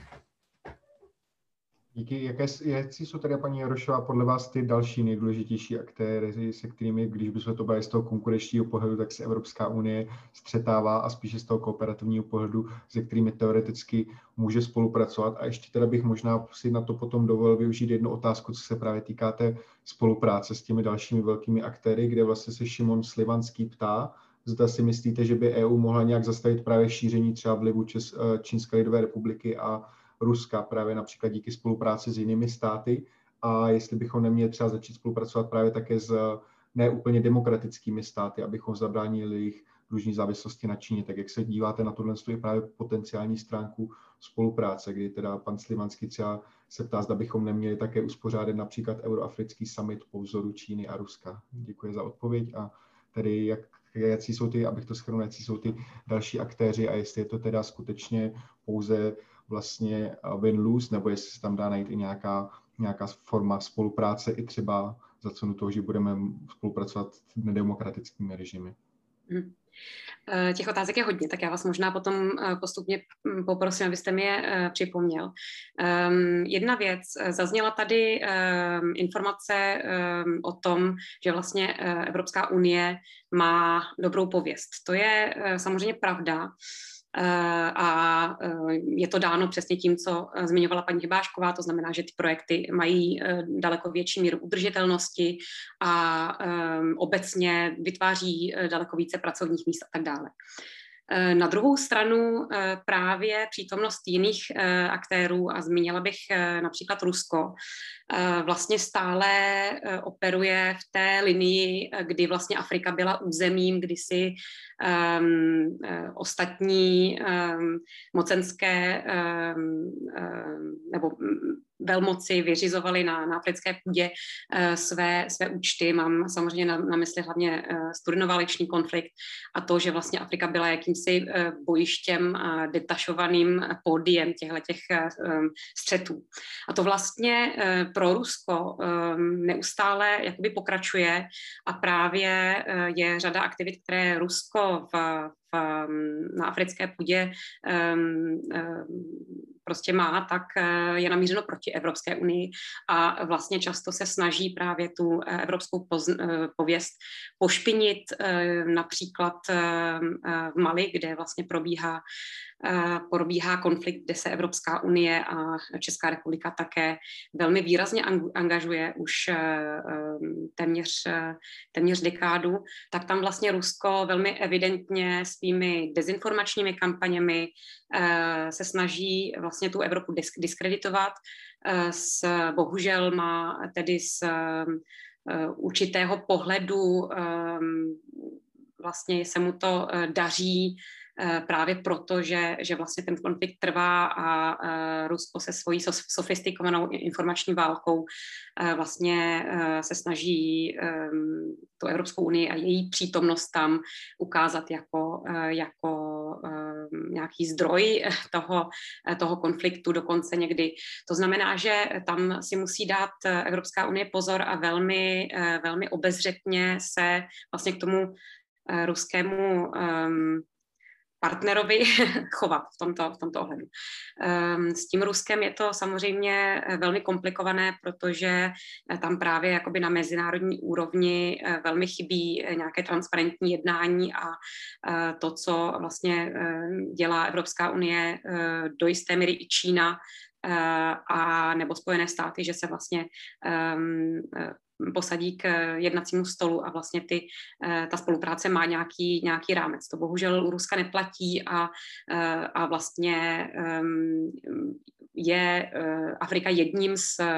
Díky. Jaký jsou tedy, paní Jarošová, podle vás ty další nejdůležitější aktéry, se kterými, když bychom to brali z toho konkurenčního pohledu, tak se Evropská unie střetává a spíše z toho kooperativního pohledu, se kterými teoreticky může spolupracovat? A ještě teda bych možná si na to potom dovolil využít jednu otázku, co se právě týká té spolupráce s těmi dalšími velkými aktéry, kde vlastně se Šimon Slivanský ptá, zda si myslíte, že by EU mohla nějak zastavit právě šíření třeba vlivu Čínské lidové republiky a Ruska právě například díky spolupráci s jinými státy, a jestli bychom neměli třeba začít spolupracovat právě také s neúplně demokratickými státy, abychom zabránili jejich dlužní závislosti na Číně. Tak jak se díváte na tohle, je právě potenciální stránku spolupráce, kdy teda pan Slivanský třeba se ptá, zda bychom neměli také uspořádat například euroafrický summit po vzoru Číny a Ruska. Děkuji za odpověď. A tedy jaký jsou ty, abych to shrnul, jaký jsou ty další aktéři a jestli je to teda skutečně pouze vlastně win-lose, nebo jestli se tam dá najít i nějaká forma spolupráce i třeba za cenu toho, že budeme spolupracovat s nedemokratickými režimy. Těch otázek je hodně, tak já vás možná potom postupně poprosím, abyste mi je připomněl. Jedna věc, zazněla tady informace o tom, že vlastně Evropská unie má dobrou pověst. To je samozřejmě pravda. A je to dáno přesně tím, co zmiňovala paní Hybášková, to znamená, že ty projekty mají daleko větší míru udržitelnosti a obecně vytváří daleko více pracovních míst a tak dále. Na druhou stranu právě přítomnost jiných aktérů, a zmínila bych například Rusko, vlastně stále operuje v té linii, kdy vlastně Afrika byla územím, kdy si ostatní mocenské nebo velmoci vyřizovali na africké půdě své účty. Mám samozřejmě na mysli hlavně studenoválečný konflikt a to, že vlastně Afrika byla jakýmsi bojištěm, detašovaným pódiem těchto střetů. A to vlastně pro Rusko neustále jakoby pokračuje a právě je řada aktivit, které Rusko na africké půdě prostě má, tak je namířeno proti Evropské unii a vlastně často se snaží právě tu evropskou pověst pošpinit, například v Mali, kde vlastně probíhá konflikt, kde se Evropská unie a Česká republika také velmi výrazně angažuje už téměř dekádu, tak tam vlastně Rusko velmi evidentně svými dezinformačními kampaněmi se snaží vlastně tu Evropu diskreditovat. Bohužel má tedy z určitého pohledu vlastně se mu to daří právě proto, že vlastně ten konflikt trvá a Rusko se svojí sofistikovanou informační válkou vlastně se snaží tu Evropskou unii a její přítomnost tam ukázat jako nějaký zdroj toho konfliktu dokonce někdy. To znamená, že tam si musí dát Evropská unie pozor a velmi, velmi obezřetně se vlastně k tomu ruskému partnerovi chovat v tomto ohledu. S tím Ruskem je to samozřejmě velmi komplikované, protože tam právě jakoby na mezinárodní úrovni velmi chybí nějaké transparentní jednání a to, co vlastně dělá Evropská unie, do jisté míry i Čína a nebo Spojené státy, že se vlastně posadí k jednacímu stolu a vlastně ta spolupráce má nějaký rámec. To bohužel u Ruska neplatí a vlastně je Afrika jedním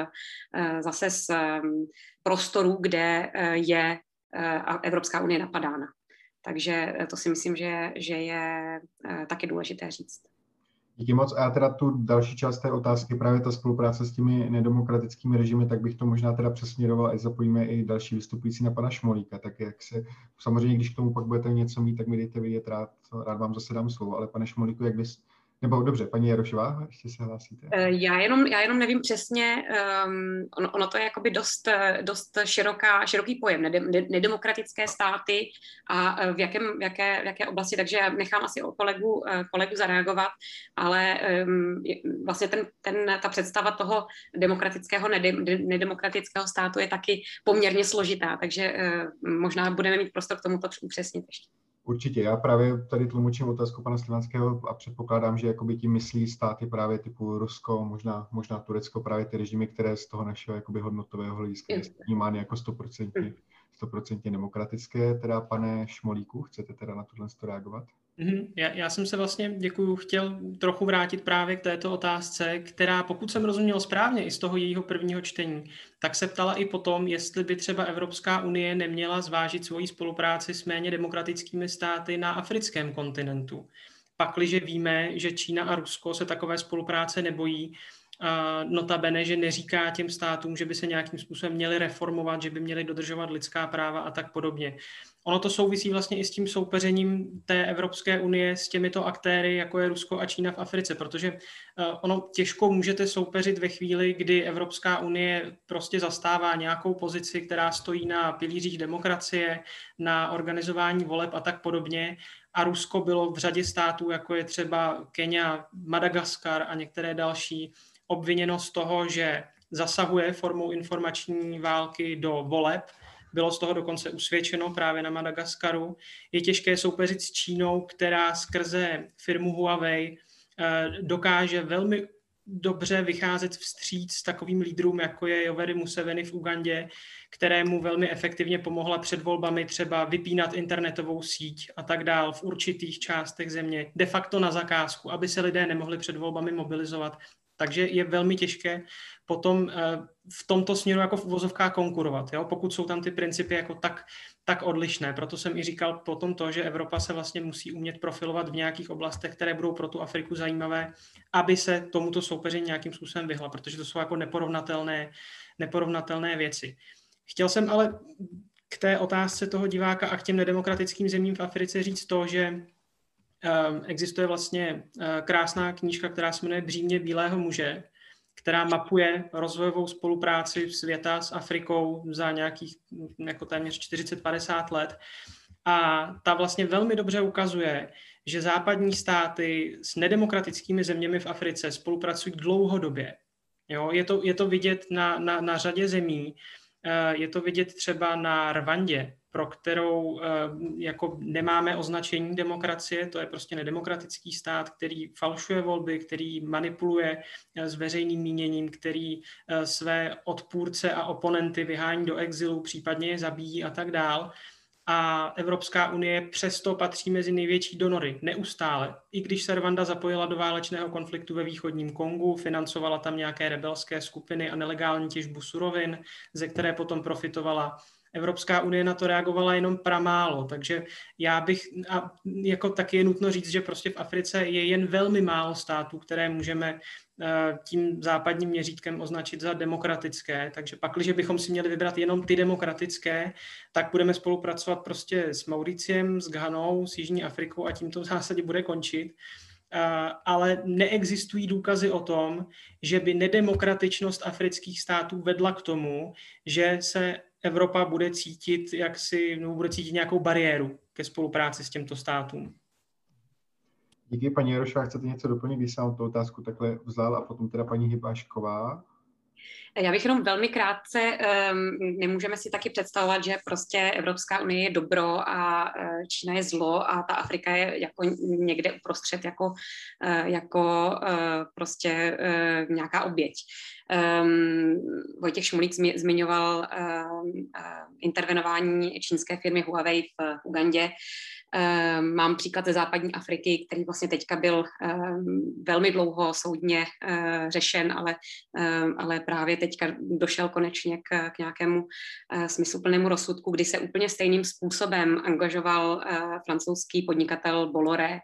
zase z prostorů, kde je Evropská unie napadána. Takže to si myslím, že je taky důležité říct. Díky moc. A teda tu další část té otázky, právě ta spolupráce s těmi nedemokratickými režimy, tak bych to možná teda přesměroval, až zapojíme i další vystupující na pana Šmolíka. Tak jak se, samozřejmě, když k tomu pak budete něco mít, tak mi dejte vědět, rád vám zase dám slovo. Ale pane Šmolíku, jak bys... Nebo dobře, paní Jarošová, ještě se hlásíte? Já jenom nevím přesně, ono to je jakoby dost široký pojem, nedemokratické státy a v jaké oblasti, takže já nechám asi o kolegu zareagovat, ale vlastně ta představa toho demokratického, nedemokratického státu je taky poměrně složitá, takže možná budeme mít prostor k tomuto upřesnit ještě. Určitě, já právě tady tlumočím otázku pana Slivanského a předpokládám, že jakoby tím myslí státy právě typu Rusko, možná Turecko, právě ty režimy, které z toho našeho jakoby hodnotového hlediska je vnímány jako 100% demokratické. Teda pane Šmolíku, chcete teda na tohle reagovat? Já jsem se vlastně, děkuju, chtěl trochu vrátit právě k této otázce, která, pokud jsem rozuměl správně i z toho jejího prvního čtení, tak se ptala i potom, jestli by třeba Evropská unie neměla zvážit svoji spolupráci s méně demokratickými státy na africkém kontinentu. Pakliže víme, že Čína a Rusko se takové spolupráce nebojí, notabene, že neříká těm státům, že by se nějakým způsobem měli reformovat, že by měli dodržovat lidská práva a tak podobně. Ono to souvisí vlastně i s tím soupeřením té Evropské unie s těmito aktéry, jako je Rusko a Čína v Africe, protože ono těžko můžete soupeřit ve chvíli, kdy Evropská unie prostě zastává nějakou pozici, která stojí na pilířích demokracie, na organizování voleb a tak podobně. A Rusko bylo v řadě států, jako je třeba Kenia, Madagaskar a některé další, obviněno z toho, že zasahuje formou informační války do voleb. Bylo z toho dokonce usvědčeno právě na Madagaskaru. Je těžké soupeřit s Čínou, která skrze firmu Huawei dokáže velmi dobře vycházet vstříc s takovým lídrům, jako je Yoweri Museveni v Ugandě, kterému velmi efektivně pomohla před volbami třeba vypínat internetovou síť a tak dál v určitých částech země, de facto na zakázku, aby se lidé nemohli před volbami mobilizovat. Takže je velmi těžké potom v tomto směru jako v uvozovkách konkurovat, jo? Pokud jsou tam ty principy jako tak odlišné. Proto jsem i říkal potom to, že Evropa se vlastně musí umět profilovat v nějakých oblastech, které budou pro tu Afriku zajímavé, aby se tomuto soupeření nějakým způsobem vyhla, protože to jsou jako neporovnatelné věci. Chtěl jsem ale k té otázce toho diváka a k těm nedemokratickým zemím v Africe říct to, že existuje vlastně krásná knížka, která se jmenuje Břímě bílého muže, která mapuje rozvojovou spolupráci světa s Afrikou za nějakých jako téměř 40-50 let. A ta vlastně velmi dobře ukazuje, že západní státy s nedemokratickými zeměmi v Africe spolupracují dlouhodobě. Jo? Je to vidět na řadě zemí. Je to vidět třeba na Rwandě, pro kterou jako nemáme označení demokracie, to je prostě nedemokratický stát, který falšuje volby, který manipuluje s veřejným míněním, který své odpůrce a oponenty vyhání do exilu, případně je zabíjí a tak dál. A Evropská unie přesto patří mezi největší donory, neustále. I když se Rwanda zapojila do válečného konfliktu ve východním Kongu, financovala tam nějaké rebelské skupiny a nelegální těžbu surovin, ze které potom profitovala. Evropská unie na to reagovala jenom pramálo, takže jako taky je nutno říct, že prostě v Africe je jen velmi málo států, které můžeme tím západním měřítkem označit za demokratické, takže pakliže bychom si měli vybrat jenom ty demokratické, tak budeme spolupracovat prostě s Mauriciem, s Ghanou, s Jižní Afrikou a tím to v zásadě bude končit. Ale neexistují důkazy o tom, že by nedemokratičnost afrických států vedla k tomu, že se Evropa bude cítit bude cítit nějakou bariéru ke spolupráci s těmto státům. Díky, paní Jarošová, chcete něco doplnit, když jsem vám tu otázku takhle vzal, a potom teda paní Hybášková. Já bych jenom velmi krátce, nemůžeme si taky představovat, že prostě Evropská unie je dobro a Čína je zlo a ta Afrika je jako někde uprostřed jako prostě nějaká oběť. Vojtěch Šmulík zmiňoval intervenování čínské firmy Huawei v Ugandě. Mám příklad ze západní Afriky, který vlastně teďka byl velmi dlouho soudně řešen, ale právě teďka došel konečně k nějakému smysluplnému rozsudku, kdy se úplně stejným způsobem angažoval francouzský podnikatel Bolloré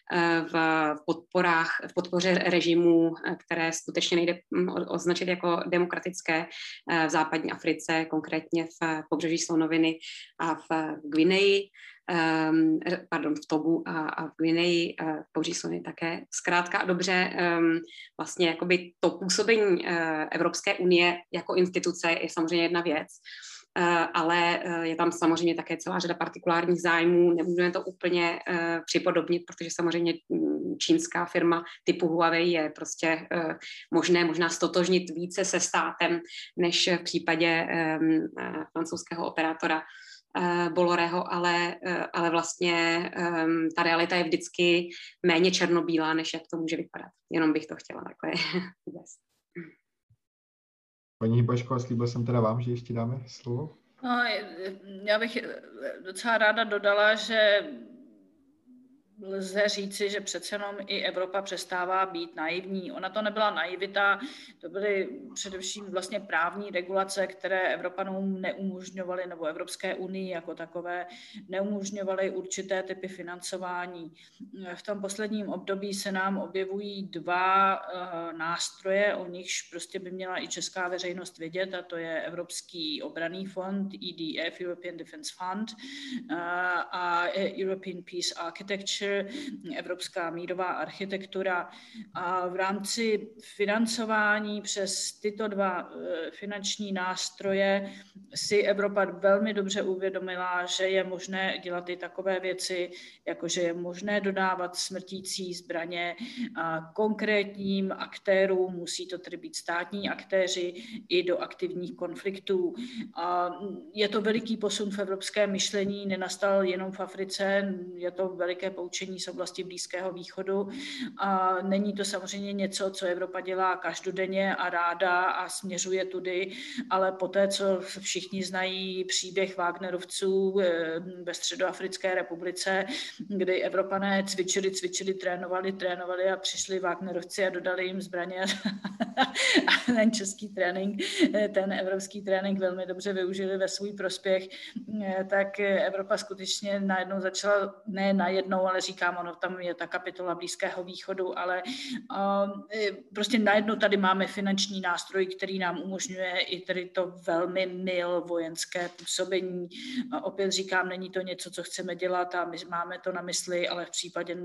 v podpoře režimů, které skutečně nejde označit jako demokratické v západní Africe, konkrétně v pobřeží Slonoviny a v Gvineji. V Togu a v Gvineji, v pobřeží Slonoviny také. Zkrátka a dobře, vlastně jakoby to působení Evropské unie jako instituce je samozřejmě jedna věc, ale je tam samozřejmě také celá řada partikulárních zájmů. Nemůžeme to úplně připodobnit, protože samozřejmě čínská firma typu Huawei je prostě možné možná stotožnit více se státem, než v případě francouzského operátora Bollorého, ale vlastně ta realita je vždycky méně černobílá, než jak to může vypadat. Jenom bych to chtěla takhle uvést. Paní Hybášková, slíbil jsem teda vám, že ještě dáme slovo. No, já bych docela ráda dodala, že lze říci, že přece jenom i Evropa přestává být naivní. Ona to nebyla naivita, to byly především vlastně právní regulace, které Evropanům neumožňovaly, nebo Evropské unii jako takové neumožňovaly určité typy financování. V tom posledním období se nám objevují dva nástroje, o nichž prostě by měla i česká veřejnost vědět, a to je Evropský obranný fond, EDF, European Defence Fund, a European Peace Architecture, Evropská mírová architektura. A v rámci financování přes tyto dva finanční nástroje si Evropa velmi dobře uvědomila, že je možné dělat i takové věci, jako že je možné dodávat smrtící zbraně konkrétním aktérům, musí to tedy být státní aktéři, i do aktivních konfliktů. A je to veliký posun v evropském myšlení, nenastal jenom v Africe, je to veliké poučení z oblasti Blízkého východu. A není to samozřejmě něco, co Evropa dělá každodenně a ráda a směřuje tudy, ale poté, co všichni znají příběh Wagnerovců ve Středoafrické republice, kdy Evropané cvičili, trénovali a přišli Wagnerovci a dodali jim zbraně a ten český trénink, ten evropský trénink velmi dobře využili ve svůj prospěch, tak Evropa skutečně najednou začala, ne najednou, ale říkám, ono tam je ta kapitola Blízkého východu, ale prostě najednou tady máme finanční nástroj, který nám umožňuje i tedy to velmi vojenské působení. Opět říkám, není to něco, co chceme dělat a my máme to na mysli, ale v případě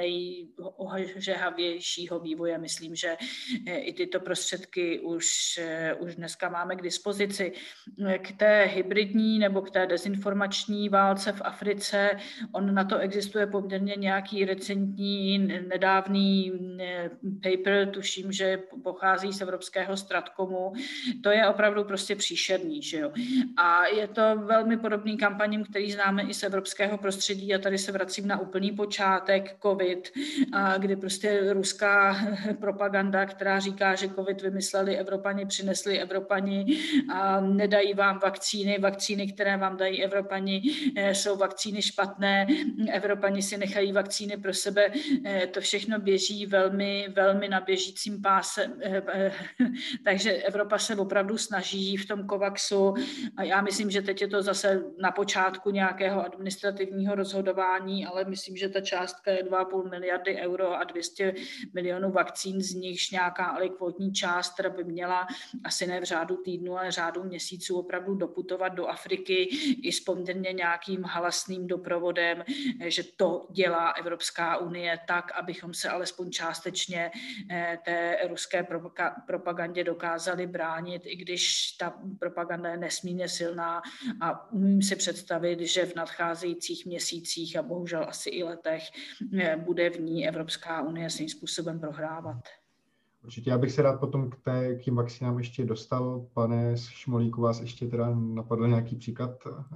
nejožehavějšího vývoje myslím, že i tyto prostředky už dneska máme k dispozici. K té hybridní nebo k té dezinformační válce v Africe, na to existuje poměrně nějaký recentní, nedávný paper, tuším, že pochází z Evropského Stratcomu. To je opravdu prostě příšerný, že jo. A je to velmi podobný kampaním, který známe i z evropského prostředí, a tady se vracím na úplný počátek COVID, kdy prostě ruská propaganda, která říká, že COVID vymysleli Evropani, přinesli Evropani a nedají vám vakcíny, které vám dají Evropani, jsou vakcíny špatné, Evropani si nechají vakcíny pro sebe, to všechno běží velmi, velmi na běžícím páse, takže Evropa se opravdu snaží v tom COVAXu a já myslím, že teď je to zase na počátku nějakého administrativního rozhodování, ale myslím, že ta částka je 2,5 miliardy euro a 200 milionů vakcín, z nichž nějaká alikvotní část, která by měla asi ne v řádu týdnu, ale v řádu měsíců opravdu doputovat do Afriky i s poměrně nějakým halasným doprovodem, že to dělá Evropská unie tak, abychom se alespoň částečně té ruské propagandě dokázali bránit, i když ta propaganda je nesmírně silná a umím si představit, že v nadcházejících měsících a bohužel asi i letech bude v ní Evropská unie svým způsobem prohrávat. Určitě, já bych se rád potom k těm vakcínám ještě dostal. Pane Šmolíku, vás ještě teda napadl nějaký příklad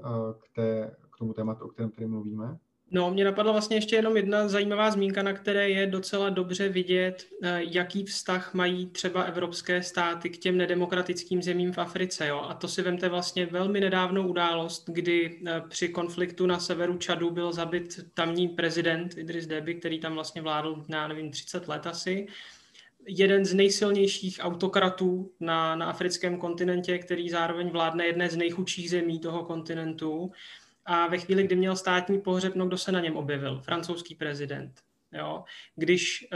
k tomu tématu, o kterém tady mluvíme? No, mě napadla vlastně ještě jenom jedna zajímavá zmínka, na které je docela dobře vidět, jaký vztah mají třeba evropské státy k těm nedemokratickým zemím v Africe. Jo? A to si vemte vlastně velmi nedávnou událost, kdy při konfliktu na severu Čadu byl zabit tamní prezident Idris Déby, který tam vlastně vládl, nevím, 30 let asi. Jeden z nejsilnějších autokratů na africkém kontinentě, který zároveň vládne jedné z nejchudších zemí toho kontinentu. A ve chvíli, kdy měl státní pohřeb, kdo se na něm objevil? Francouzský prezident. Jo? Když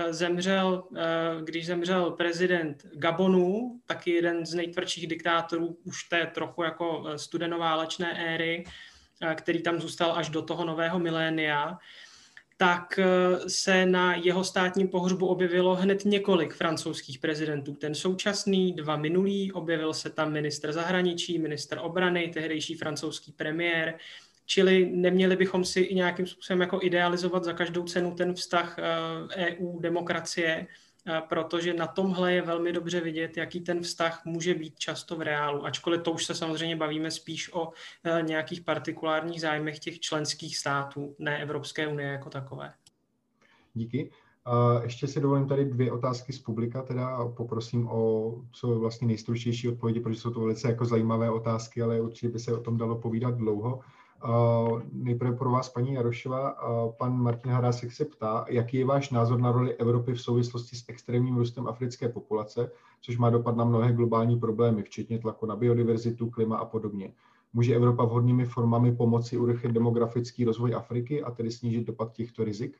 zemřel prezident Gabonu, taky jeden z nejtvrdších diktátorů už té trochu jako studenoválečné éry, který tam zůstal až do toho nového milénia, tak se na jeho státním pohřbu objevilo hned několik francouzských prezidentů. Ten současný, 2 minulý, objevil se tam ministr zahraničí, ministr obrany, tehdejší francouzský premiér, čili neměli bychom si i nějakým způsobem jako idealizovat za každou cenu ten vztah EU, demokracie, protože na tomhle je velmi dobře vidět, jaký ten vztah může být často v reálu. Ačkoliv to už se samozřejmě bavíme spíš o nějakých partikulárních zájmech těch členských států, ne Evropské unie jako takové. Díky. Ještě si dovolím tady 2 otázky z publika, teda poprosím o co vlastně nejstručnější odpovědi, protože jsou to velice jako zajímavé otázky, ale určitě by se o tom dalo povídat dlouho. Nejprve pro vás, paní Jarošová, pan Martin Harásek se ptá, jaký je váš názor na roli Evropy v souvislosti s extrémním růstem africké populace, což má dopad na mnohé globální problémy, včetně tlaku na biodiverzitu, klima a podobně. Může Evropa vhodnými formami pomoci urychlit demografický rozvoj Afriky a tedy snížit dopad těchto rizik?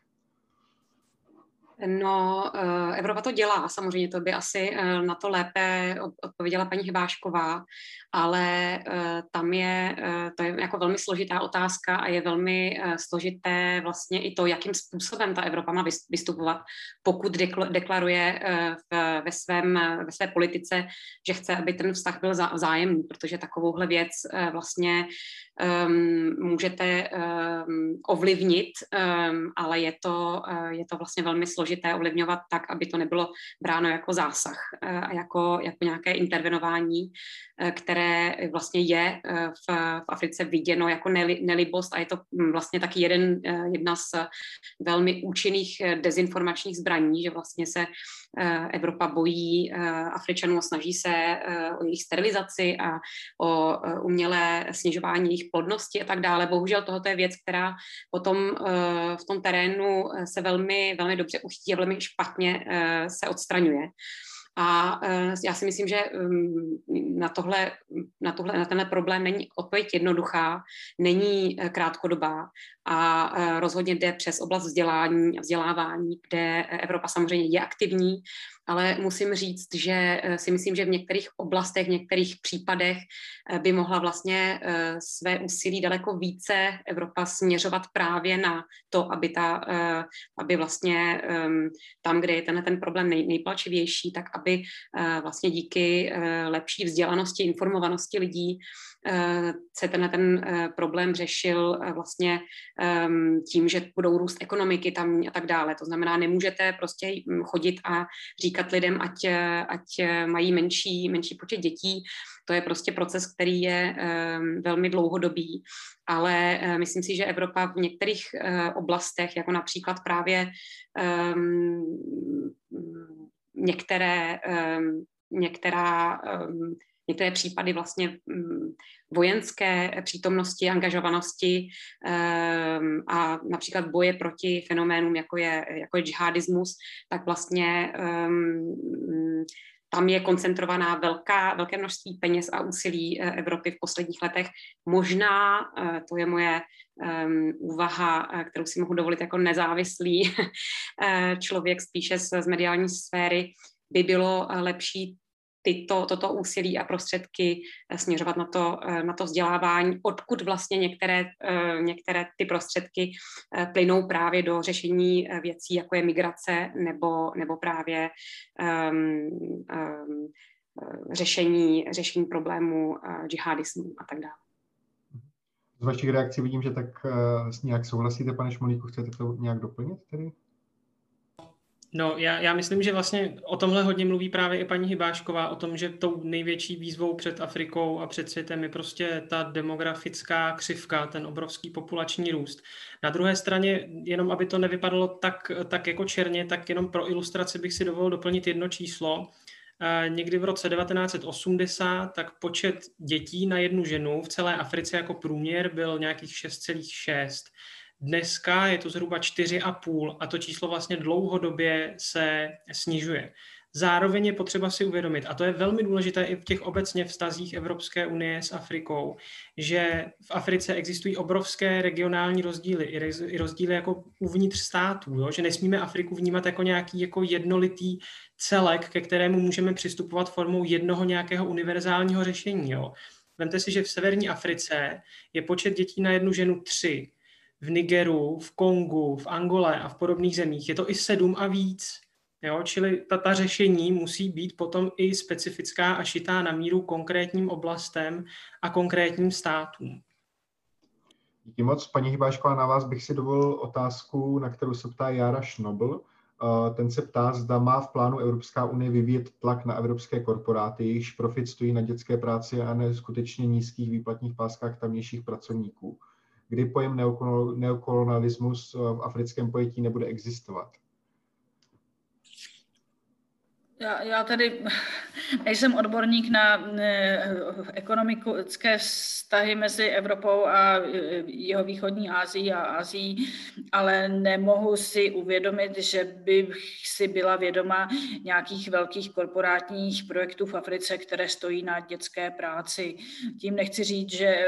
No, Evropa to dělá, samozřejmě to by asi na to lépe odpověděla paní Hybášková, ale to je jako velmi složitá otázka a je velmi složité vlastně i to, jakým způsobem ta Evropa má vystupovat, pokud deklaruje ve své politice, že chce, aby ten vztah byl vzájemný, protože takovouhle věc vlastně můžete ovlivnit, ale je to vlastně velmi složité ovlivňovat tak, aby to nebylo bráno jako zásah a jako nějaké intervenování, které vlastně je v Africe viděno jako nelibost a je to vlastně taky jedna z velmi účinných dezinformačních zbraní, že vlastně se Evropa bojí Afričanů a snaží se o jejich sterilizaci a o umělé snižování jejich plodnosti a tak dále. Bohužel tohoto je věc, která potom v tom terénu se velmi, velmi dobře uchytí a velmi špatně se odstraňuje. A já si myslím, že na tenhle problém není odpověď jednoduchá, není krátkodobá a rozhodně jde přes oblast vzdělávání, kde Evropa samozřejmě je aktivní, ale musím říct, že si myslím, že v některých oblastech, v některých případech by mohla vlastně své úsilí daleko více Evropa směřovat právě na to, aby vlastně tam, kde je ten problém nejpalčivější, tak aby vlastně díky lepší vzdělanosti, informovanosti lidí se ten problém řešil vlastně tím, že budou růst ekonomiky tam a tak dále. To znamená, nemůžete prostě chodit a říkat lidem, ať mají menší počet dětí. To je prostě proces, který je velmi dlouhodobý, ale myslím si, že Evropa v některých oblastech, jako například právě některé případy vlastně vojenské přítomnosti, angažovanosti a například boje proti fenoménům, jako je džihadismus, tak vlastně tam je koncentrovaná velké množství peněz a úsilí Evropy v posledních letech. Možná, to je moje úvaha, kterou si mohu dovolit jako nezávislý člověk spíše z mediální sféry, by bylo lepší toto úsilí a prostředky směřovat na to vzdělávání, odkud vlastně některé ty prostředky plynou právě do řešení věcí, jako je migrace nebo právě řešení problémů džihadismu a tak dále. Z vašich reakcí vidím, že tak nějak souhlasíte, pane Šmolíku, chcete to nějak doplnit tedy? No, já myslím, že vlastně o tomhle hodně mluví právě i paní Hybášková, o tom, že tou největší výzvou před Afrikou a před světem je prostě ta demografická křivka, ten obrovský populační růst. Na druhé straně, jenom aby to nevypadalo tak jako černě, tak jenom pro ilustraci bych si dovolil doplnit jedno číslo. Někdy v roce 1980 tak počet dětí na jednu ženu v celé Africe jako průměr byl nějakých 6,6. Dneska je to zhruba 4,5 a to číslo vlastně dlouhodobě se snižuje. Zároveň je potřeba si uvědomit, a to je velmi důležité i v těch obecně vztazích Evropské unie s Afrikou, že v Africe existují obrovské regionální rozdíly, i rozdíly jako uvnitř států, jo? Že nesmíme Afriku vnímat jako nějaký jako jednolitý celek, ke kterému můžeme přistupovat formou jednoho nějakého univerzálního řešení. Jo? Vemte si, že v severní Africe je počet dětí na jednu ženu 3, v Nigeru, v Kongu, v Angole a v podobných zemích je to i 7 a víc. Jo? Čili ta řešení musí být potom i specifická a šitá na míru konkrétním oblastem a konkrétním státům. Díky moc. Paní Hybášková, na vás bych si dovolil otázku, na kterou se ptá Jára Schnobl. Ten se ptá, zda má v plánu Evropská unie vyvíjet tlak na evropské korporáty, jejichž profit stojí na dětské práci a ne skutečně nízkých výplatních páskách tamnějších pracovníků, kdy pojem neokolonialismus v africkém pojetí nebude existovat. Já tady nejsem odborník na ekonomické vztahy mezi Evropou a jihovýchodní Asií a Asií, ale nemohu si uvědomit, že bych si byla vědoma nějakých velkých korporátních projektů v Africe, které stojí na dětské práci. Tím nechci říct, že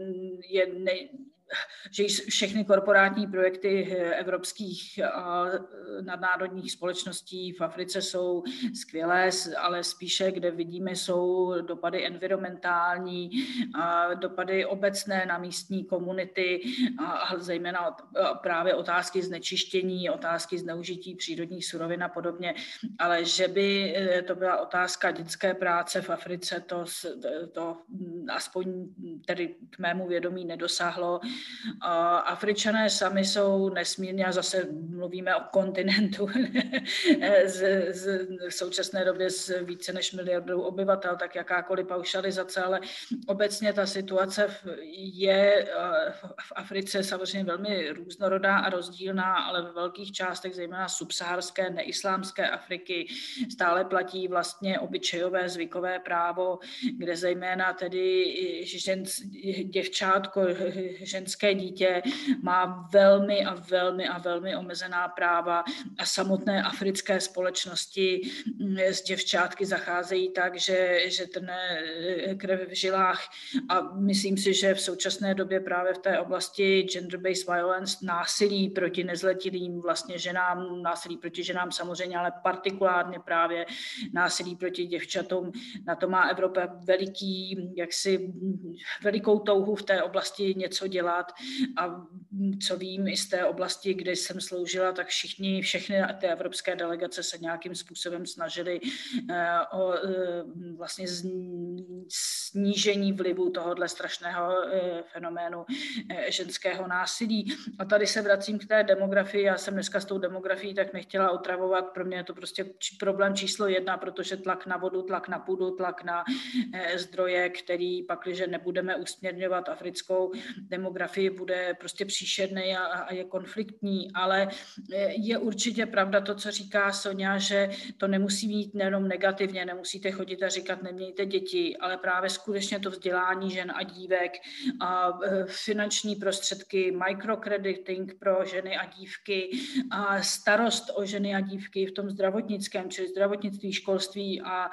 že všechny korporátní projekty evropských a nadnárodních společností v Africe jsou skvělé, ale spíše, kde vidíme, jsou dopady environmentální, dopady obecné na místní komunity a zejména právě otázky znečištění, otázky zneužití přírodních surovin a podobně. Ale že by to byla otázka dětské práce v Africe, to aspoň tedy k mému vědomí nedosáhlo. Afričané sami jsou nesmírně, a zase mluvíme o kontinentu v současné době s více než miliardou obyvatel, tak jakákoliv paušalizace, ale obecně ta situace je v Africe samozřejmě velmi různorodá a rozdílná, ale ve velkých částech, zejména subsaharské, neislámské Afriky, stále platí vlastně obyčejové zvykové právo, kde zejména tedy děvčátko, ženské dítě má velmi omezená práva a samotné africké společnosti s děvčátky zacházejí tak, že trne krev v žilách a myslím si, že v současné době právě v té oblasti gender-based violence, násilí proti nezletilým vlastně ženám, násilí proti ženám samozřejmě, ale partikulárně právě násilí proti děvčatům, na to má Evropa velikou touhu v té oblasti něco dělat. A co vím i z té oblasti, kde jsem sloužila, tak všechny ty evropské delegace se nějakým způsobem snažily o vlastně snížení vlivu tohohle strašného fenoménu ženského násilí. A tady se vracím k té demografii. Já jsem dneska s tou demografií tak nechtěla otravovat. Pro mě je to prostě problém číslo 1, protože tlak na vodu, tlak na půdu, tlak na zdroje, který pakliže nebudeme usměrňovat africkou demografii, bude prostě příšerný a je konfliktní, ale je určitě pravda to, co říká Sonja, že to nemusí být nejenom negativně, nemusíte chodit a říkat nemějte děti, ale právě skutečně to vzdělání žen a dívek a finanční prostředky, microcrediting pro ženy a dívky a starost o ženy a dívky v tom zdravotnickém, čili zdravotnictví, školství a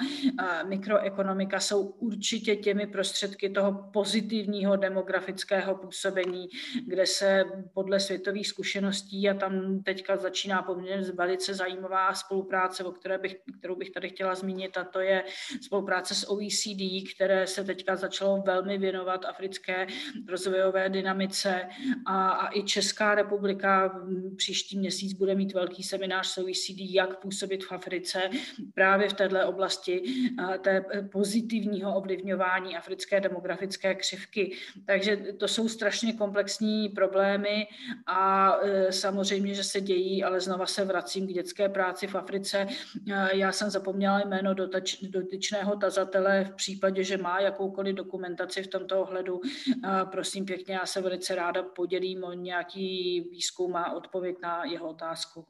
mikroekonomika jsou určitě těmi prostředky toho pozitivního demografického působení postavení, kde se podle světových zkušeností, a tam teďka začíná poměrně velice zajímavá spolupráce, kterou bych tady chtěla zmínit, a to je spolupráce s OECD, které se teďka začalo velmi věnovat africké rozvojové dynamice a i Česká republika příští měsíc bude mít velký seminář s OECD, jak působit v Africe právě v této oblasti té pozitivního ovlivňování africké demografické křivky. Takže to jsou strašně komplexní problémy a samozřejmě, že se dějí, ale znova se vracím k dětské práci v Africe. Já jsem zapomněla jméno dotyčného tazatele v případě, že má jakoukoliv dokumentaci v tomto ohledu. Prosím pěkně, já se velice ráda podělím o nějaký výzkum a odpověď na jeho otázku.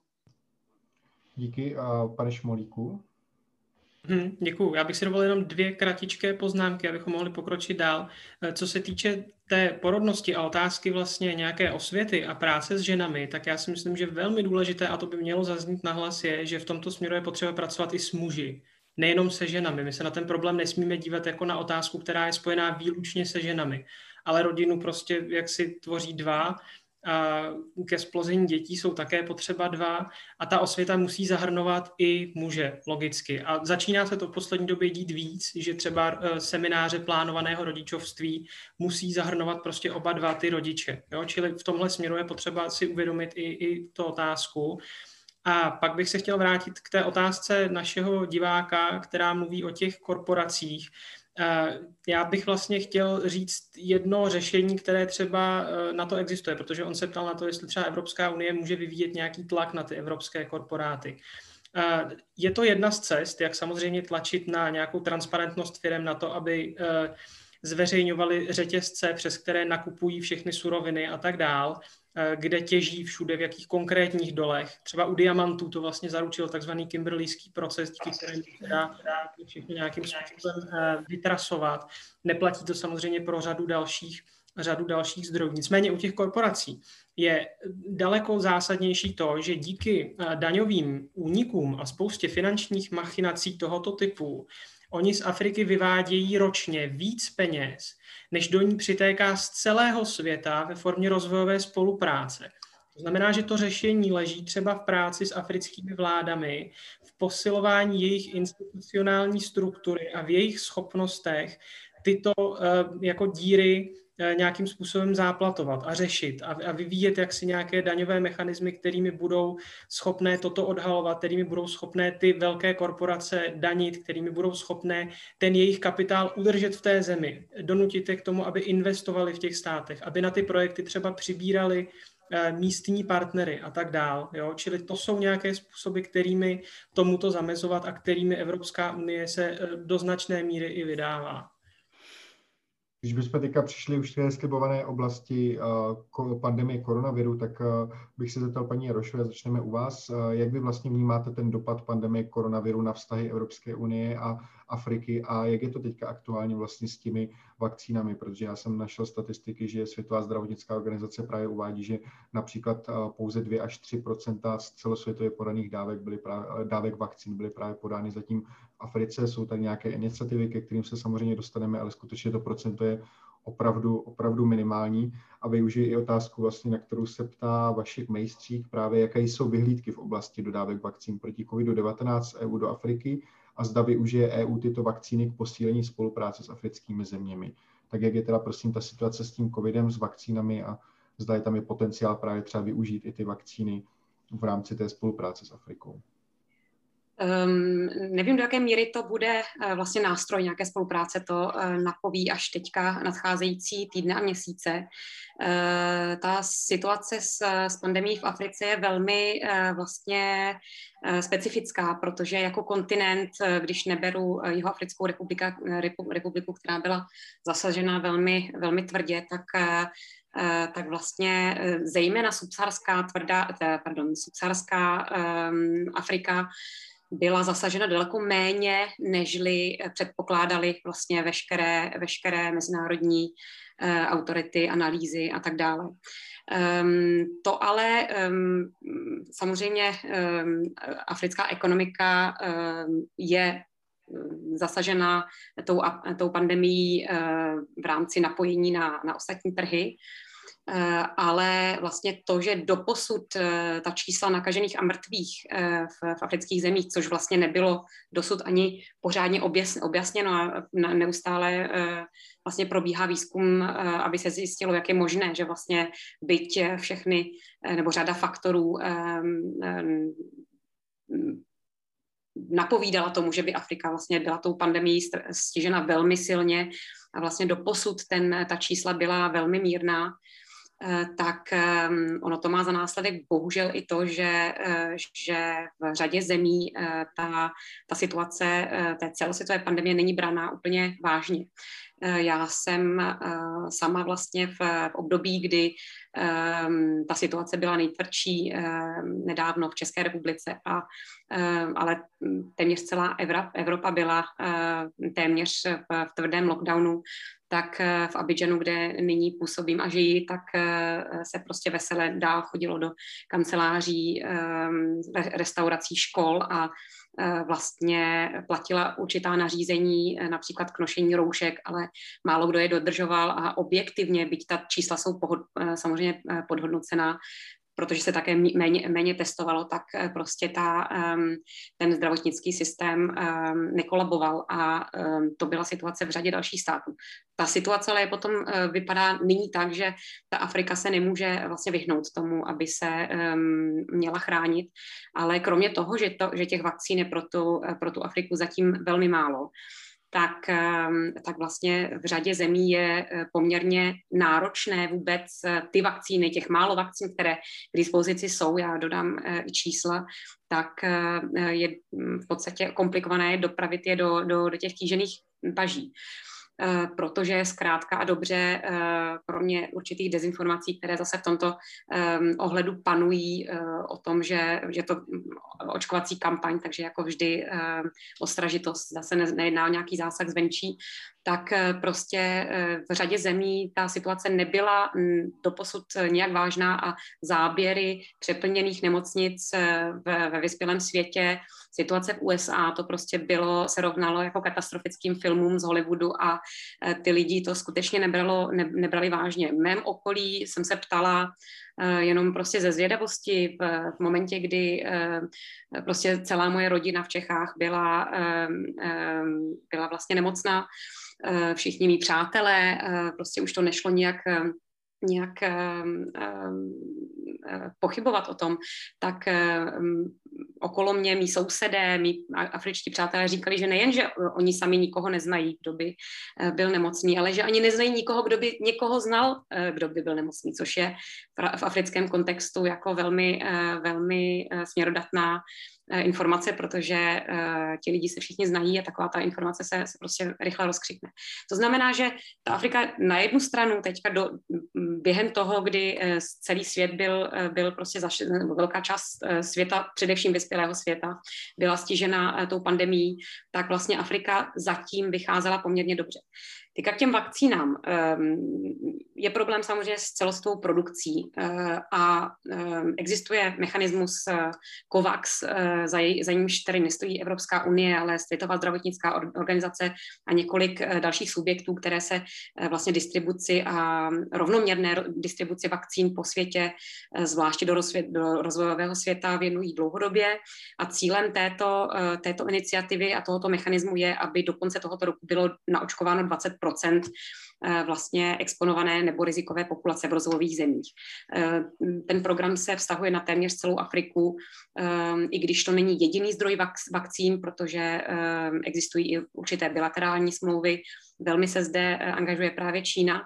Díky. Pane Šmolíku? Děkuju. Já bych si dovolil jenom 2 kratičké poznámky, abychom mohli pokročit dál. Co se týče té porodnosti a otázky vlastně nějaké osvěty a práce s ženami, tak já si myslím, že velmi důležité, a to by mělo zaznít nahlas, je, že v tomto směru je potřeba pracovat i s muži, nejenom se ženami. My se na ten problém nesmíme dívat jako na otázku, která je spojená výlučně se ženami, ale rodinu prostě jak si tvoří 2, a ke zplození dětí jsou také potřeba 2 a ta osvěta musí zahrnovat i muže, logicky. A začíná se to v poslední době dít víc, že třeba semináře plánovaného rodičovství musí zahrnovat prostě oba 2 ty rodiče. Jo? Čili v tomhle směru je potřeba si uvědomit i tu otázku. A pak bych se chtěl vrátit k té otázce našeho diváka, která mluví o těch korporacích. Já bych vlastně chtěl říct jedno řešení, které třeba na to existuje, protože on se ptal na to, jestli třeba Evropská unie může vyvíjet nějaký tlak na ty evropské korporáty. Je to jedna z cest, jak samozřejmě tlačit na nějakou transparentnost firem, na to, aby zveřejňovali řetězce, přes které nakupují všechny suroviny a tak dál, kde těží všude, v jakých konkrétních dolech. Třeba u diamantů to vlastně zaručil takzvaný Kimberleyský proces, díky kterému dá všechno nějakým způsobem vytrasovat. Neplatí to samozřejmě pro řadu dalších zdrojů. Nicméně u těch korporací je daleko zásadnější to, že díky daňovým únikům a spoustě finančních machinací tohoto typu oni z Afriky vyvádějí ročně víc peněz, než do ní přitéká z celého světa ve formě rozvojové spolupráce. To znamená, že to řešení leží třeba v práci s africkými vládami, v posilování jejich institucionální struktury a v jejich schopnostech tyto jako díry nějakým způsobem záplatovat a řešit a vyvíjet jaksi nějaké daňové mechanismy, kterými budou schopné toto odhalovat, kterými budou schopné ty velké korporace danit, kterými budou schopné ten jejich kapitál udržet v té zemi, donutit je k tomu, aby investovali v těch státech, aby na ty projekty třeba přibírali místní partnery a tak dál. Jo? Čili to jsou nějaké způsoby, kterými tomuto zamezovat a kterými Evropská unie se do značné míry i vydává. Když bychom teďka přišli už v té slibované oblasti pandemie koronaviru, tak bych se zeptal paní Jarošové, začneme u vás. Jak vy vlastně vnímáte ten dopad pandemie koronaviru na vztahy Evropské unie a Afriky a jak je to teďka aktuálně vlastně s těmi vakcínami? Protože já jsem našel statistiky, že Světová zdravotnická organizace právě uvádí, že například pouze 2 až 3% z celosvětově podaných dávek vakcín byly právě podány zatím v Africe. Jsou tady nějaké iniciativy, ke kterým se samozřejmě dostaneme, ale skutečně to procento je opravdu minimální. A využiji i otázku, vlastně, na kterou se ptá Vašek Mejstřík, právě jaké jsou vyhlídky v oblasti dodávek vakcín proti COVID-19 EU do Afriky a zda využije EU tyto vakcíny k posílení spolupráce s africkými zeměmi. Tak jak je teda prosím ta situace s tím covidem, s vakcínami a zda je tam je potenciál právě třeba využít i ty vakcíny v rámci té spolupráce s Afrikou? Nevím, do jaké míry to bude vlastně nástroj nějaké spolupráce, to napoví až teďka nadcházející týdny a měsíce. Ta situace s pandemií v Africe je velmi vlastně specifická, protože jako kontinent, když neberu Jihoafrickou republiku, která byla zasažena velmi, velmi tvrdě, tak vlastně zejména subsaharská Afrika byla zasažena daleko méně, nežli předpokládali vlastně veškeré mezinárodní autority, analýzy a tak dále. To ale samozřejmě africká ekonomika je zasažena tou pandemií v rámci napojení na ostatní trhy. ale vlastně to, že doposud ta čísla nakažených a mrtvých v afrických zemích, což vlastně nebylo dosud ani pořádně objasněno a neustále vlastně probíhá výzkum, aby se zjistilo, jak je možné, že vlastně byť všechny nebo řada faktorů napovídala tomu, že by Afrika vlastně byla tou pandemií stižena velmi silně a vlastně doposud ta čísla byla velmi mírná, tak ono to má za následek bohužel i to, že v řadě zemí ta situace té celosvětové pandemie není braná úplně vážně. Já jsem sama vlastně v období, kdy ta situace byla nejtvrdší nedávno v České republice, ale téměř celá Evropa byla téměř v tvrdém lockdownu, tak v Abidjanu, kde nyní působím a žiji, tak se prostě vesele dál chodilo do kanceláří, restaurací, škol a vlastně platila určitá nařízení, například k nošení roušek, ale málo kdo je dodržoval a objektivně, byť ta čísla jsou samozřejmě podhodnocená, protože se také méně testovalo, tak prostě ten zdravotnický systém nekolaboval a to byla situace v řadě dalších států. Ta situace ale potom vypadá nyní tak, že ta Afrika se nemůže vlastně vyhnout tomu, aby se měla chránit, ale kromě toho, že těch vakcín je pro tu Afriku zatím velmi málo, tak vlastně v řadě zemí je poměrně náročné vůbec ty vakcíny, těch málo vakcín, které k dispozici jsou, já dodám i čísla, tak je v podstatě komplikované dopravit je do těch tížených paží. Protože zkrátka a dobře, kromě určitých dezinformací, které zase v tomto ohledu panují o tom, že to očkovací kampaň, takže jako vždy ostražitost, zase nejedná o nějaký zásah zvenčí, tak prostě v řadě zemí ta situace nebyla doposud nějak vážná a záběry přeplněných nemocnic ve vyspělém světě, situace v USA, to prostě se rovnalo jako katastrofickým filmům z Hollywoodu a ty lidi to skutečně nebrali vážně. V mém okolí jsem se ptala jenom prostě ze zvědavosti v momentě, kdy prostě celá moje rodina v Čechách byla vlastně nemocná, všichni mý přátelé, prostě už to nešlo nějak pochybovat o tom, tak okolo mě mý sousedé, mý afričtí přátelé říkali, že nejen, že oni sami nikoho neznají, kdo by byl nemocný, ale že ani neznají nikoho, kdo by někoho znal, kdo by byl nemocný, což je v africkém kontextu jako velmi směrodatná informace, protože ti lidi se všichni znají a taková ta informace se prostě rychle rozkřikne. To znamená, že ta Afrika na jednu stranu teďka během toho, kdy celý svět byl prostě velká část světa, především vyspělého světa, byla stižena tou pandemií, tak vlastně Afrika zatím vycházela poměrně dobře. Teďka k těm vakcínám. Je problém samozřejmě s celostovou produkcí a existuje mechanismus COVAX, za nímž tedy nestojí Evropská unie, ale Světová zdravotnická organizace a několik dalších subjektů, které se vlastně distribuci a rovnoměrné distribuci vakcín po světě, zvláště do rozvojového světa, věnují dlouhodobě. A cílem této iniciativy a tohoto mechanismu je, aby do konce tohoto roku bylo naočkováno 20% vlastně exponované nebo rizikové populace v rozvojových zemích. Ten program se vztahuje na téměř celou Afriku, i když to není jediný zdroj vakcín, protože existují i určité bilaterální smlouvy. Velmi se zde angažuje právě Čína,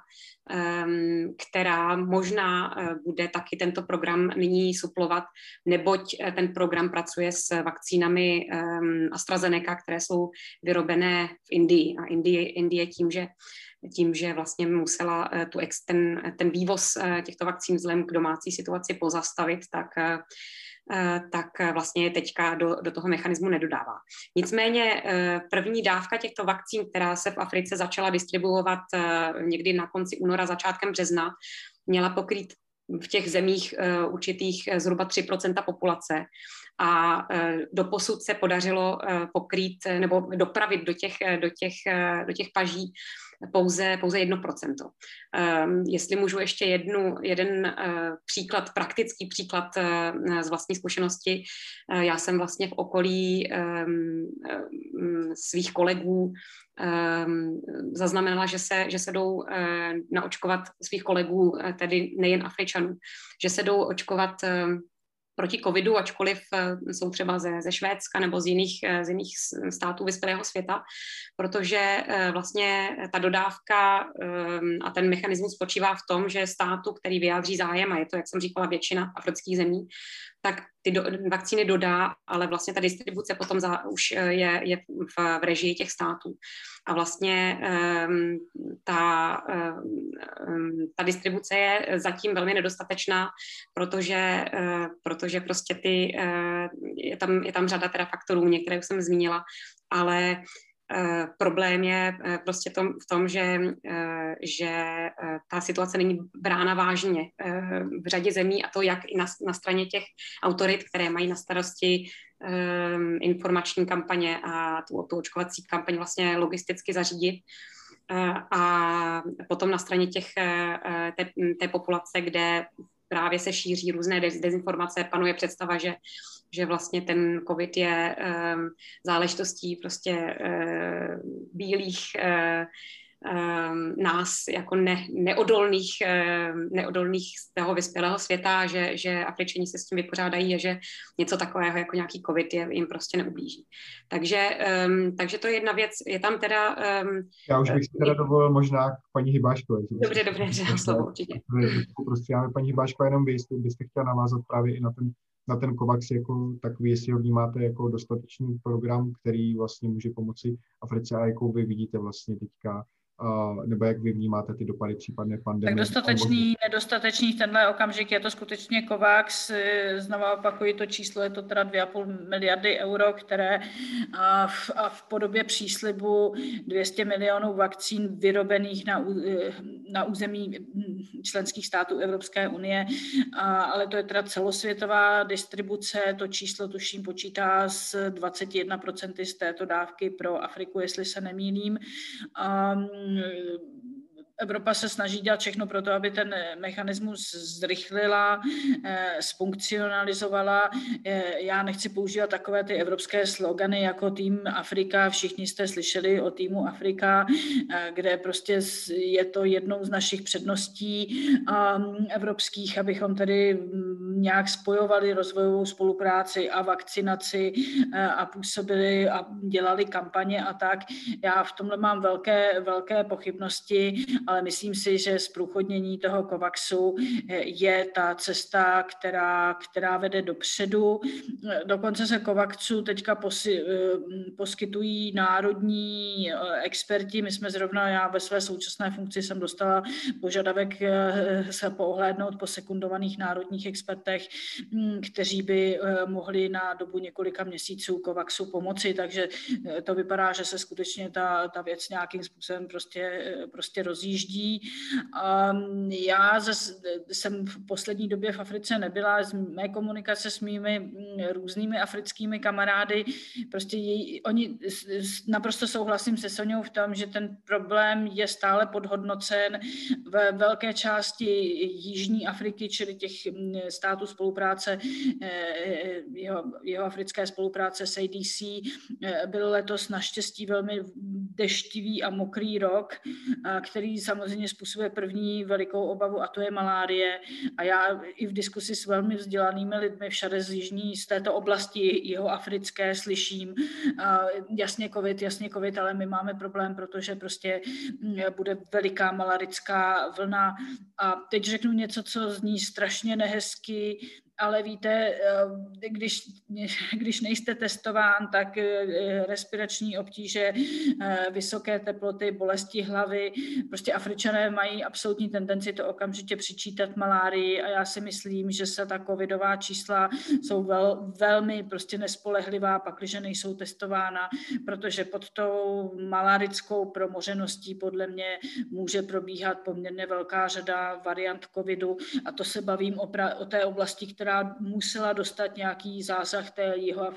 která možná bude taky tento program nyní suplovat, neboť ten program pracuje s vakcínami AstraZeneca, které jsou vyrobené v Indii. A Indie tím, že vlastně musela ten vývoz těchto vakcín vzhledem k domácí situaci pozastavit, tak vlastně je teďka do toho mechanismu nedodává. Nicméně první dávka těchto vakcín, která se v Africe začala distribuovat někdy na konci února, začátkem března, měla pokrýt v těch těch určitých zhruba 3% populace a doposud se podařilo pokrýt nebo dopravit do těch paží pouze 1%. Jestli můžu ještě jeden příklad, praktický příklad z vlastní zkušenosti. Já jsem vlastně v okolí svých kolegů zaznamenala, že se jdou naočkovat svých kolegů, tedy nejen Afričanů, že se jdou očkovat proti covidu, ačkoliv jsou třeba ze Švédska nebo z jiných států vyspělého světa, protože vlastně ta dodávka a ten mechanismus spočívá v tom, že státu, který vyjádří zájem, a je to, jak jsem říkala, většina afrických zemí, tak ty vakcíny dodá, ale vlastně ta distribuce potom už je v režii těch států. A vlastně ta distribuce je zatím velmi nedostatečná, protože prostě je tam řada teda faktorů, některé už jsem zmínila, ale problém je prostě v tom, že ta situace není brána vážně v řadě zemí, a to jak i na straně těch autorit, které mají na starosti informační kampaně a tu očkovací kampaň vlastně logisticky zařídit. A potom na straně té populace, kde právě se šíří různé dezinformace, panuje představa, že vlastně ten covid je záležitostí prostě bílých nás jako neodolných z toho vyspělého světa, že Afričani se s tím vypořádají a že něco takového jako nějaký covid jim prostě neublíží. Takže to je jedna věc. Je tam teda... Já už bych si teda dovolil možná k paní Hybáškové. Dobře, slovo určitě. Prostě já paní Hybášková, jenom byste chtěla navázat právě i na ten COVAX jako takový, jestli ho vnímáte jako dostatečný program, který vlastně může pomoci Africe, a jakou vy vidíte vlastně teďka, nebo jak vy vnímáte ty dopady případné pandemie? Tak dostatečný, nedostatečný v tenhle okamžik je to skutečně COVAX. Znovu opakuji to číslo, je to teda 2,5 miliardy euro, které v podobě příslibu 200 milionů vakcín vyrobených na území členských států Evropské unie, ale to je teda celosvětová distribuce. To číslo tuším počítá s 21% z této dávky pro Afriku, jestli se nemýlím. Evropa se snaží dělat všechno pro to, aby ten mechanismus zrychlila, zfunkcionalizovala. Já nechci používat takové ty evropské slogany jako Tým Afrika. Všichni jste slyšeli o Týmu Afrika, kde prostě je to jednou z našich předností evropských, abychom tedy nějak spojovali rozvojovou spolupráci a vakcinaci a působili a dělali kampaně a tak. Já v tomhle mám velké pochybnosti, ale myslím si, že zprůchodnění toho COVAXu je ta cesta, která vede dopředu. Dokonce se COVAXu teďka poskytují národní experti. My jsme zrovna, já ve své současné funkci jsem dostala požadavek se poohlédnout po sekundovaných národních expertech, kteří by mohli na dobu několika měsíců COVAXu pomoci, takže to vypadá, že se skutečně ta věc nějakým způsobem prostě rozjíždí. Já jsem v poslední době v Africe nebyla, z mé komunikace s mými různými africkými kamarády, prostě oni naprosto souhlasím se Soňou v tom, že ten problém je stále podhodnocen. Ve velké části Jižní Afriky, čili těch států spolupráce, jeho africké spolupráce SADC, byl letos naštěstí velmi deštivý a mokrý rok, který samozřejmě způsobuje první velikou obavu, a to je malárie. A já i v diskusi s velmi vzdělanými lidmi všade z této oblasti jihoafrické slyším jasně covid, ale my máme problém, protože prostě bude veliká malarická vlna. A teď řeknu něco, co zní strašně nehezky, ale víte, když nejste testován, tak respirační obtíže, vysoké teploty, bolesti hlavy, prostě Afričané mají absolutní tendenci to okamžitě přičítat malárii, a já si myslím, že se ta covidová čísla jsou velmi prostě nespolehlivá, pakliže nejsou testována, protože pod tou malárickou promořeností podle mě může probíhat poměrně velká řada variant covidu, a to se bavím o té oblasti, která musela dostat nějaký zásah té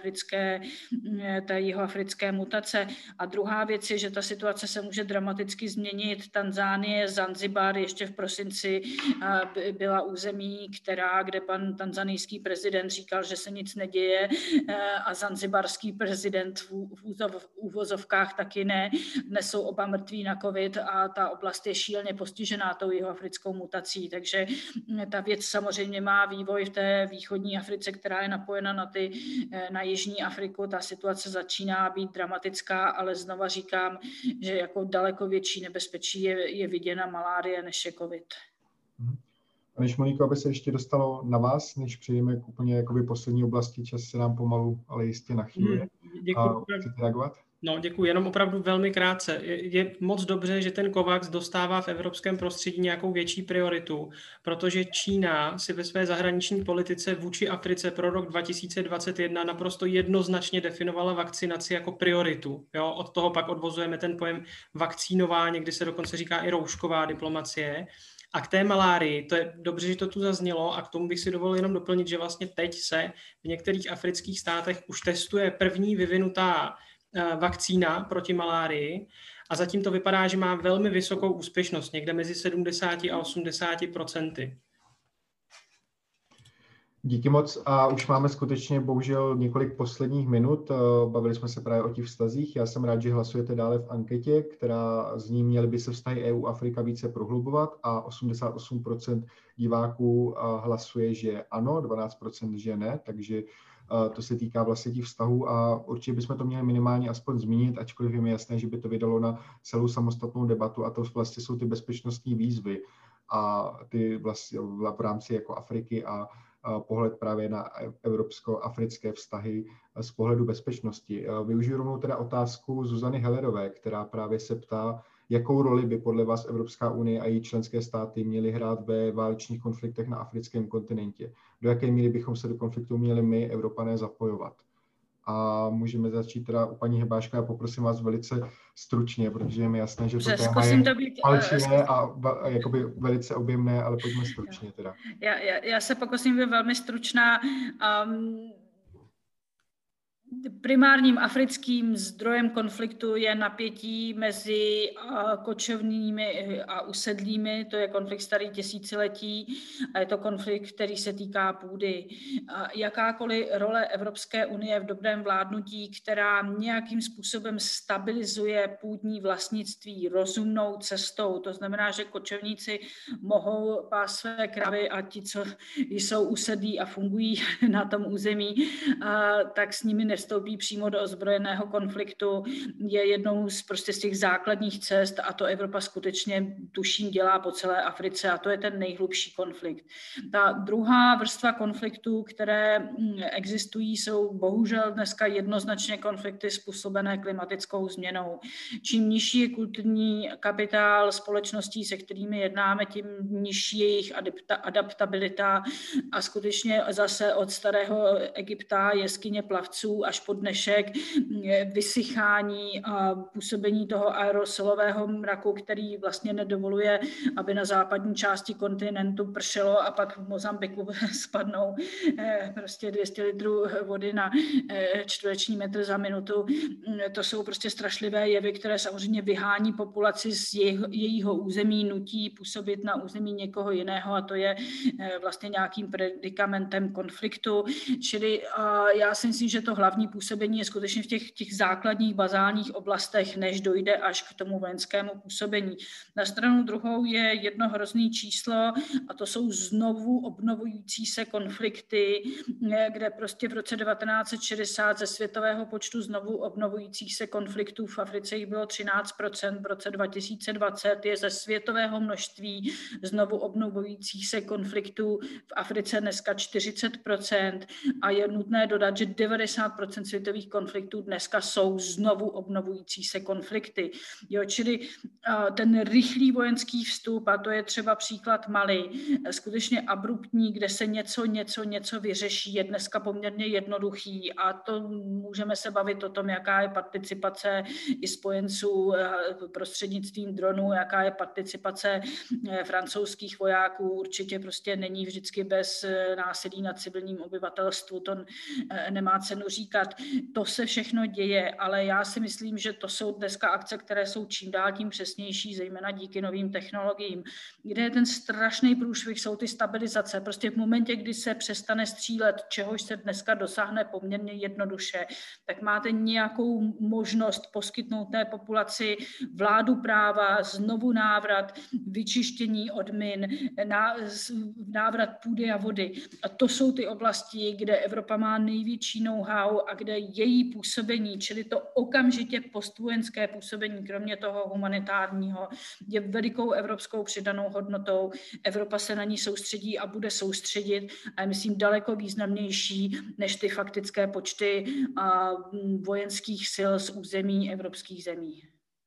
jihoafrické mutace. A druhá věc je, že ta situace se může dramaticky změnit. Tanzánie, Zanzibar ještě v prosinci byla území, kde pan tanzanijský prezident říkal, že se nic neděje a zanzibarský prezident v úvozovkách taky ne. Dnes jsou oba mrtví na covid a ta oblast je šíleně postižená tou jihoafrickou mutací, takže ta věc samozřejmě má vývoj v té východní Africe, která je napojena na jižní Afriku. Ta situace začíná být dramatická, ale znova říkám, že jako daleko větší nebezpečí je viděna malárie než je covid. Než Moniko, aby se ještě dostalo na vás, než přejdeme k úplně jakoby poslední oblasti, čas se nám pomalu, ale jistě nachýluje. Děkuji. Chcete reagovat? No, děkuji. Jenom opravdu velmi krátce. Je moc dobře, že ten COVAX dostává v evropském prostředí nějakou větší prioritu, protože Čína si ve své zahraniční politice vůči Africe pro rok 2021 naprosto jednoznačně definovala vakcinaci jako prioritu. Jo? Od toho pak odvozujeme ten pojem vakcínová, někdy se dokonce říká i roušková diplomacie. A k té malárii, to je dobře, že to tu zaznělo a k tomu bych si dovolil jenom doplnit, že vlastně teď se v některých afrických státech už testuje první vyvinutá vakcína proti malárii a zatím to vypadá, že má velmi vysokou úspěšnost, někde mezi 70 a 80%. Díky moc a už máme skutečně bohužel několik posledních minut. Bavili jsme se právě o těch vztazích. Já jsem rád, že hlasujete dále v anketě, která zní, měly by se vztahy EU-Afrika více prohlubovat a 88% diváků hlasuje, že ano, 12% že ne, takže to se týká vlastně těch vztahů a určitě bychom to měli minimálně aspoň zmínit, ačkoliv je mi jasné, že by to vydalo na celou samostatnou debatu a to vlastně jsou ty bezpečnostní výzvy a ty vlastně v rámci jako Afriky a pohled právě na evropsko-africké vztahy z pohledu bezpečnosti. Využiju rovnou teda otázku Zuzany Hellerové, která právě se ptá, jakou roli by podle vás Evropská unie a její členské státy měly hrát ve válečných konfliktech na africkém kontinentě. Do jaké míry bychom se do konfliktu měli my, Evropané, zapojovat? A můžeme začít teda u paní Hebáška a poprosím vás velice stručně, protože je mi jasné, že to téma je palčivé a jakoby velice objemné, ale pojďme stručně teda. Já se pokusím být velmi stručná. Primárním africkým zdrojem konfliktu je napětí mezi kočovnými a usedlými, to je konflikt starý tisíciletí a je to konflikt, který se týká půdy. Jakákoliv role Evropské unie v dobrém vládnutí, která nějakým způsobem stabilizuje půdní vlastnictví rozumnou cestou, to znamená, že kočovníci mohou pást své kravy a ti, co jsou usedlí a fungují na tom území, tak s nimi nevstoupí přímo do ozbrojeného konfliktu, je jednou z těch základních cest a to Evropa skutečně tuším dělá po celé Africe a to je ten nejhlubší konflikt. Ta druhá vrstva konfliktů, které existují, jsou bohužel dneska jednoznačně konflikty způsobené klimatickou změnou. Čím nižší je kulturní kapitál společností, se kterými jednáme, tím nižší je jejich adaptabilita a skutečně zase od starého Egypta, jeskyně plavců až po dnešek vysychání a působení toho aerosolového mraku, který vlastně nedovoluje, aby na západní části kontinentu pršelo a pak v Mozambiku spadnou prostě 200 litrů vody na čtvereční metr za minutu. To jsou prostě strašlivé jevy, které samozřejmě vyhání populaci z jejího území, nutí působit na území někoho jiného a to je vlastně nějakým predikamentem konfliktu. Čili já si myslím, že to hlavní působení je skutečně v těch základních bazálních oblastech, než dojde až k tomu vojenskému působení. Na stranu druhou je jedno hrozný číslo a to jsou znovu obnovující se konflikty, kde prostě v roce 1960 ze světového počtu znovu obnovujících se konfliktů v Africe jich bylo 13%, v roce 2020 je ze světového množství znovu obnovujících se konfliktů v Africe dneska 40% a je nutné dodat, že 90% 90% světových konfliktů dneska jsou znovu obnovující se konflikty. Jo, čili ten rychlý vojenský vstup, a to je třeba příklad Mali, skutečně abruptní, kde se něco vyřeší, je dneska poměrně jednoduchý a to můžeme se bavit o tom, jaká je participace i spojenců prostřednictvím dronů, jaká je participace francouzských vojáků, určitě prostě není vždycky bez násilí na civilním obyvatelstvu, to nemá cenu říkat. To se všechno děje, ale já si myslím, že to jsou dneska akce, které jsou čím dál tím přesnější, zejména díky novým technologiím. Kde je ten strašný průšvih, jsou ty stabilizace. Prostě v momentě, kdy se přestane střílet, čehož se dneska dosáhne poměrně jednoduše, tak máte nějakou možnost poskytnout té populaci vládu práva, znovu návrat, vyčištění od min, návrat půdy a vody. A to jsou ty oblasti, kde Evropa má největší know-how a kde její působení, čili to okamžitě postvojenské působení, kromě toho humanitárního, je velikou evropskou přidanou hodnotou. Evropa se na ní soustředí a bude soustředit a je, myslím, daleko významnější než ty faktické počty vojenských sil z území evropských zemí.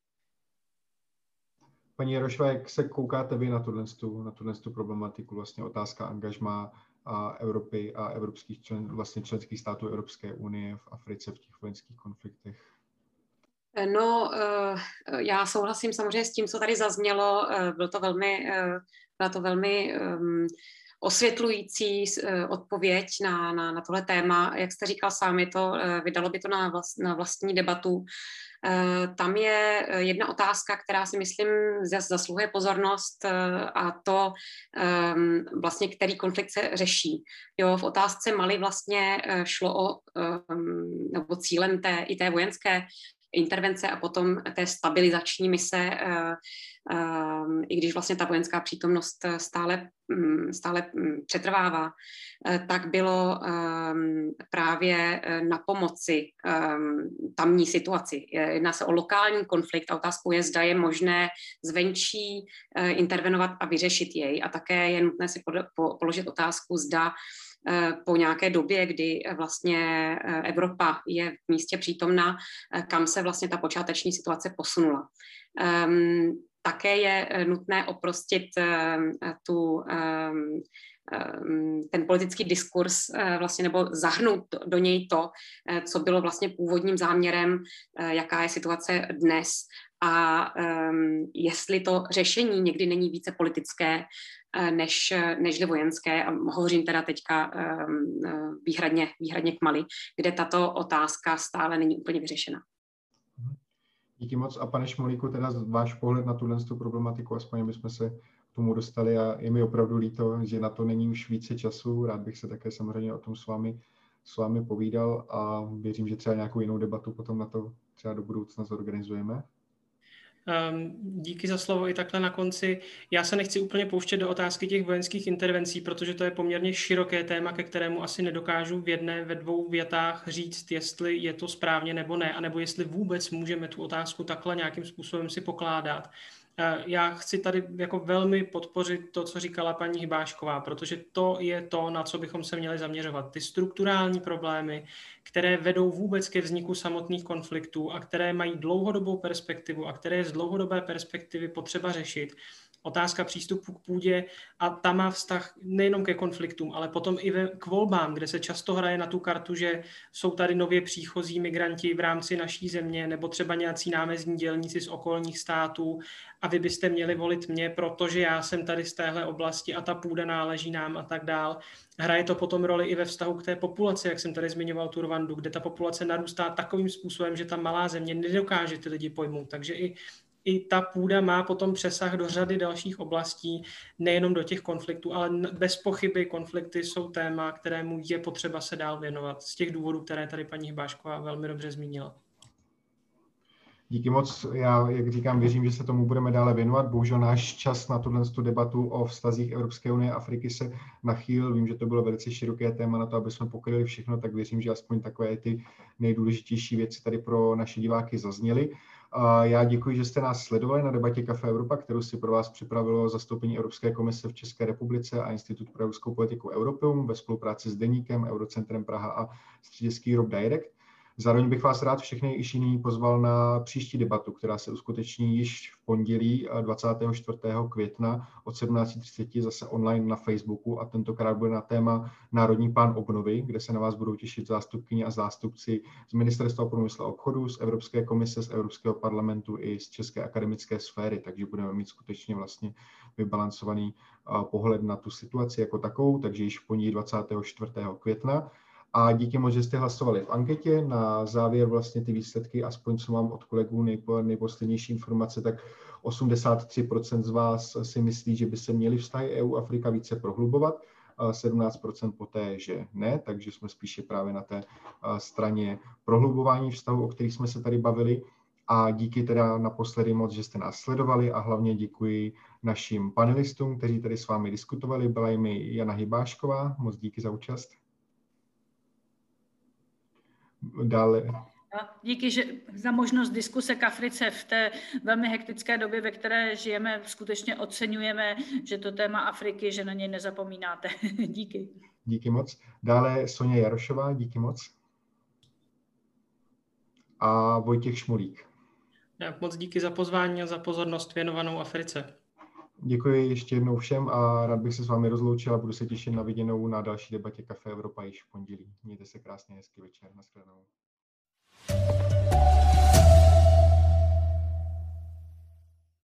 Paní Jarošová, jak se koukáte vy na tuhle problematiku, vlastně otázka angažmá Evropy a členských států Evropské unie v Africe v těch vojenských konfliktech? No, já souhlasím samozřejmě s tím, co tady zaznělo. Byla to velmi osvětlující odpověď na tohle téma. Jak jste říkal sám, vydalo by to na vlastní debatu. Tam je jedna otázka, která si myslím zasluhuje pozornost, a to vlastně, který konflikt se řeší. Jo, v otázce Mali vlastně šlo nebo cílem té vojenské intervence a potom té stabilizační mise, i když vlastně ta vojenská přítomnost stále přetrvává, tak bylo právě na pomoci tamní situaci. Jedná se o lokální konflikt a otázkou je, zda je možné zvenčí intervenovat a vyřešit jej. A také je nutné si položit otázku, zda po nějaké době, kdy vlastně Evropa je v místě přítomna, kam se vlastně ta počáteční situace posunula. Také je nutné oprostit ten politický diskurs vlastně, nebo zahrnout do něj to, co bylo vlastně původním záměrem, jaká je situace dnes a jestli to řešení někdy není více politické než vojenské. A hovořím teda teďka výhradně k Mali, kde tato otázka stále není úplně vyřešena. Díky moc. A pane Šmolíku, teda váš pohled na tuhle problematiku, aspoň bychom se k tomu dostali a je mi opravdu líto, že na to není už více času. Rád bych se také samozřejmě o tom s vámi povídal a věřím, že třeba nějakou jinou debatu potom na to třeba do budoucna zorganizujeme. Díky za slovo i takhle na konci. Já se nechci úplně pouštět do otázky těch vojenských intervencí, protože to je poměrně široké téma, ke kterému asi nedokážu ve dvou větách říct, jestli je to správně nebo ne, anebo jestli vůbec můžeme tu otázku takhle nějakým způsobem si pokládat. Já chci tady jako velmi podpořit to, co říkala paní Hybášková, protože to je to, na co bychom se měli zaměřovat. Ty strukturální problémy, které vedou vůbec ke vzniku samotných konfliktů a které mají dlouhodobou perspektivu a které je z dlouhodobé perspektivy potřeba řešit. Otázka přístupu k půdě a ta má vztah nejenom ke konfliktům, ale potom i k volbám, kde se často hraje na tu kartu, že jsou tady nově příchozí migranti v rámci naší země nebo třeba nějací námezní dělníci z okolních států a vy byste měli volit mě, protože já jsem tady z téhle oblasti a ta půda náleží nám a tak dál. Hraje to potom roli i ve vztahu k té populaci, jak jsem tady zmiňoval tu Rwandu, kde ta populace narůstá takovým způsobem, že ta malá země nedokáže ty lidi pojmout. Takže i ta půda má potom přesah do řady dalších oblastí, nejenom do těch konfliktů, ale bez pochyby konflikty jsou téma, kterému je potřeba se dál věnovat z těch důvodů, které tady paní Hybášková velmi dobře zmínila. Díky moc. Já, jak říkám, věřím, že se tomu budeme dále věnovat. Bohužel náš čas na tu debatu o vztazích Evropské unie a Afriky se nachýlil. Vím, že to bylo velice široké téma na to, aby jsme pokryli všechno, tak věřím, že aspoň takové ty nejdůležitější věci tady pro naše diváky zazněly. Já děkuji, že jste nás sledovali na debatě Café Evropa, kterou si pro vás připravilo zastoupení Evropské komise v České republice a Institut pro evropskou politiku Europeum ve spolupráci s Deníkem, Eurocentrem Praha a Středecký Europe Direct. Zároveň bych vás rád všechny již jiný pozval na příští debatu, která se uskuteční již v pondělí 24. května od 17:30 zase online na Facebooku a tentokrát bude na téma Národní plán obnovy, kde se na vás budou těšit zástupkyně a zástupci z Ministerstva průmyslu a obchodu, z Evropské komise, z Evropského parlamentu i z České akademické sféry, takže budeme mít skutečně vlastně vybalancovaný pohled na tu situaci jako takovou, takže již v pondělí 24. května. A díky moc, že jste hlasovali v anketě. Na závěr vlastně ty výsledky, aspoň co mám od kolegů nejposlednější informace, tak 83% z vás si myslí, že by se měly vztahy EU-Afrika více prohlubovat, 17% poté, že ne, takže jsme spíše právě na té straně prohlubování vztahu, o kterých jsme se tady bavili. A díky teda naposledy moc, že jste nás sledovali a hlavně děkuji našim panelistům, kteří tady s vámi diskutovali. Byla jimi Jana Hybášková, moc díky za účast. Dále. Díky za možnost diskuse k Africe v té velmi hektické době, ve které žijeme. Skutečně oceňujeme, že to téma Afriky, že na něj nezapomínáte. Díky. Díky moc. Dále Sonia Jarošová, díky moc. A Vojtěch Šmulík. Moc díky za pozvání a za pozornost věnovanou Africe. Děkuji ještě jednou všem a rád bych se s vámi rozloučil a budu se těšit na viděnou na další debatě Café Evropa již v pondělí. Mějte se krásně, hezký večer. Nashledanou.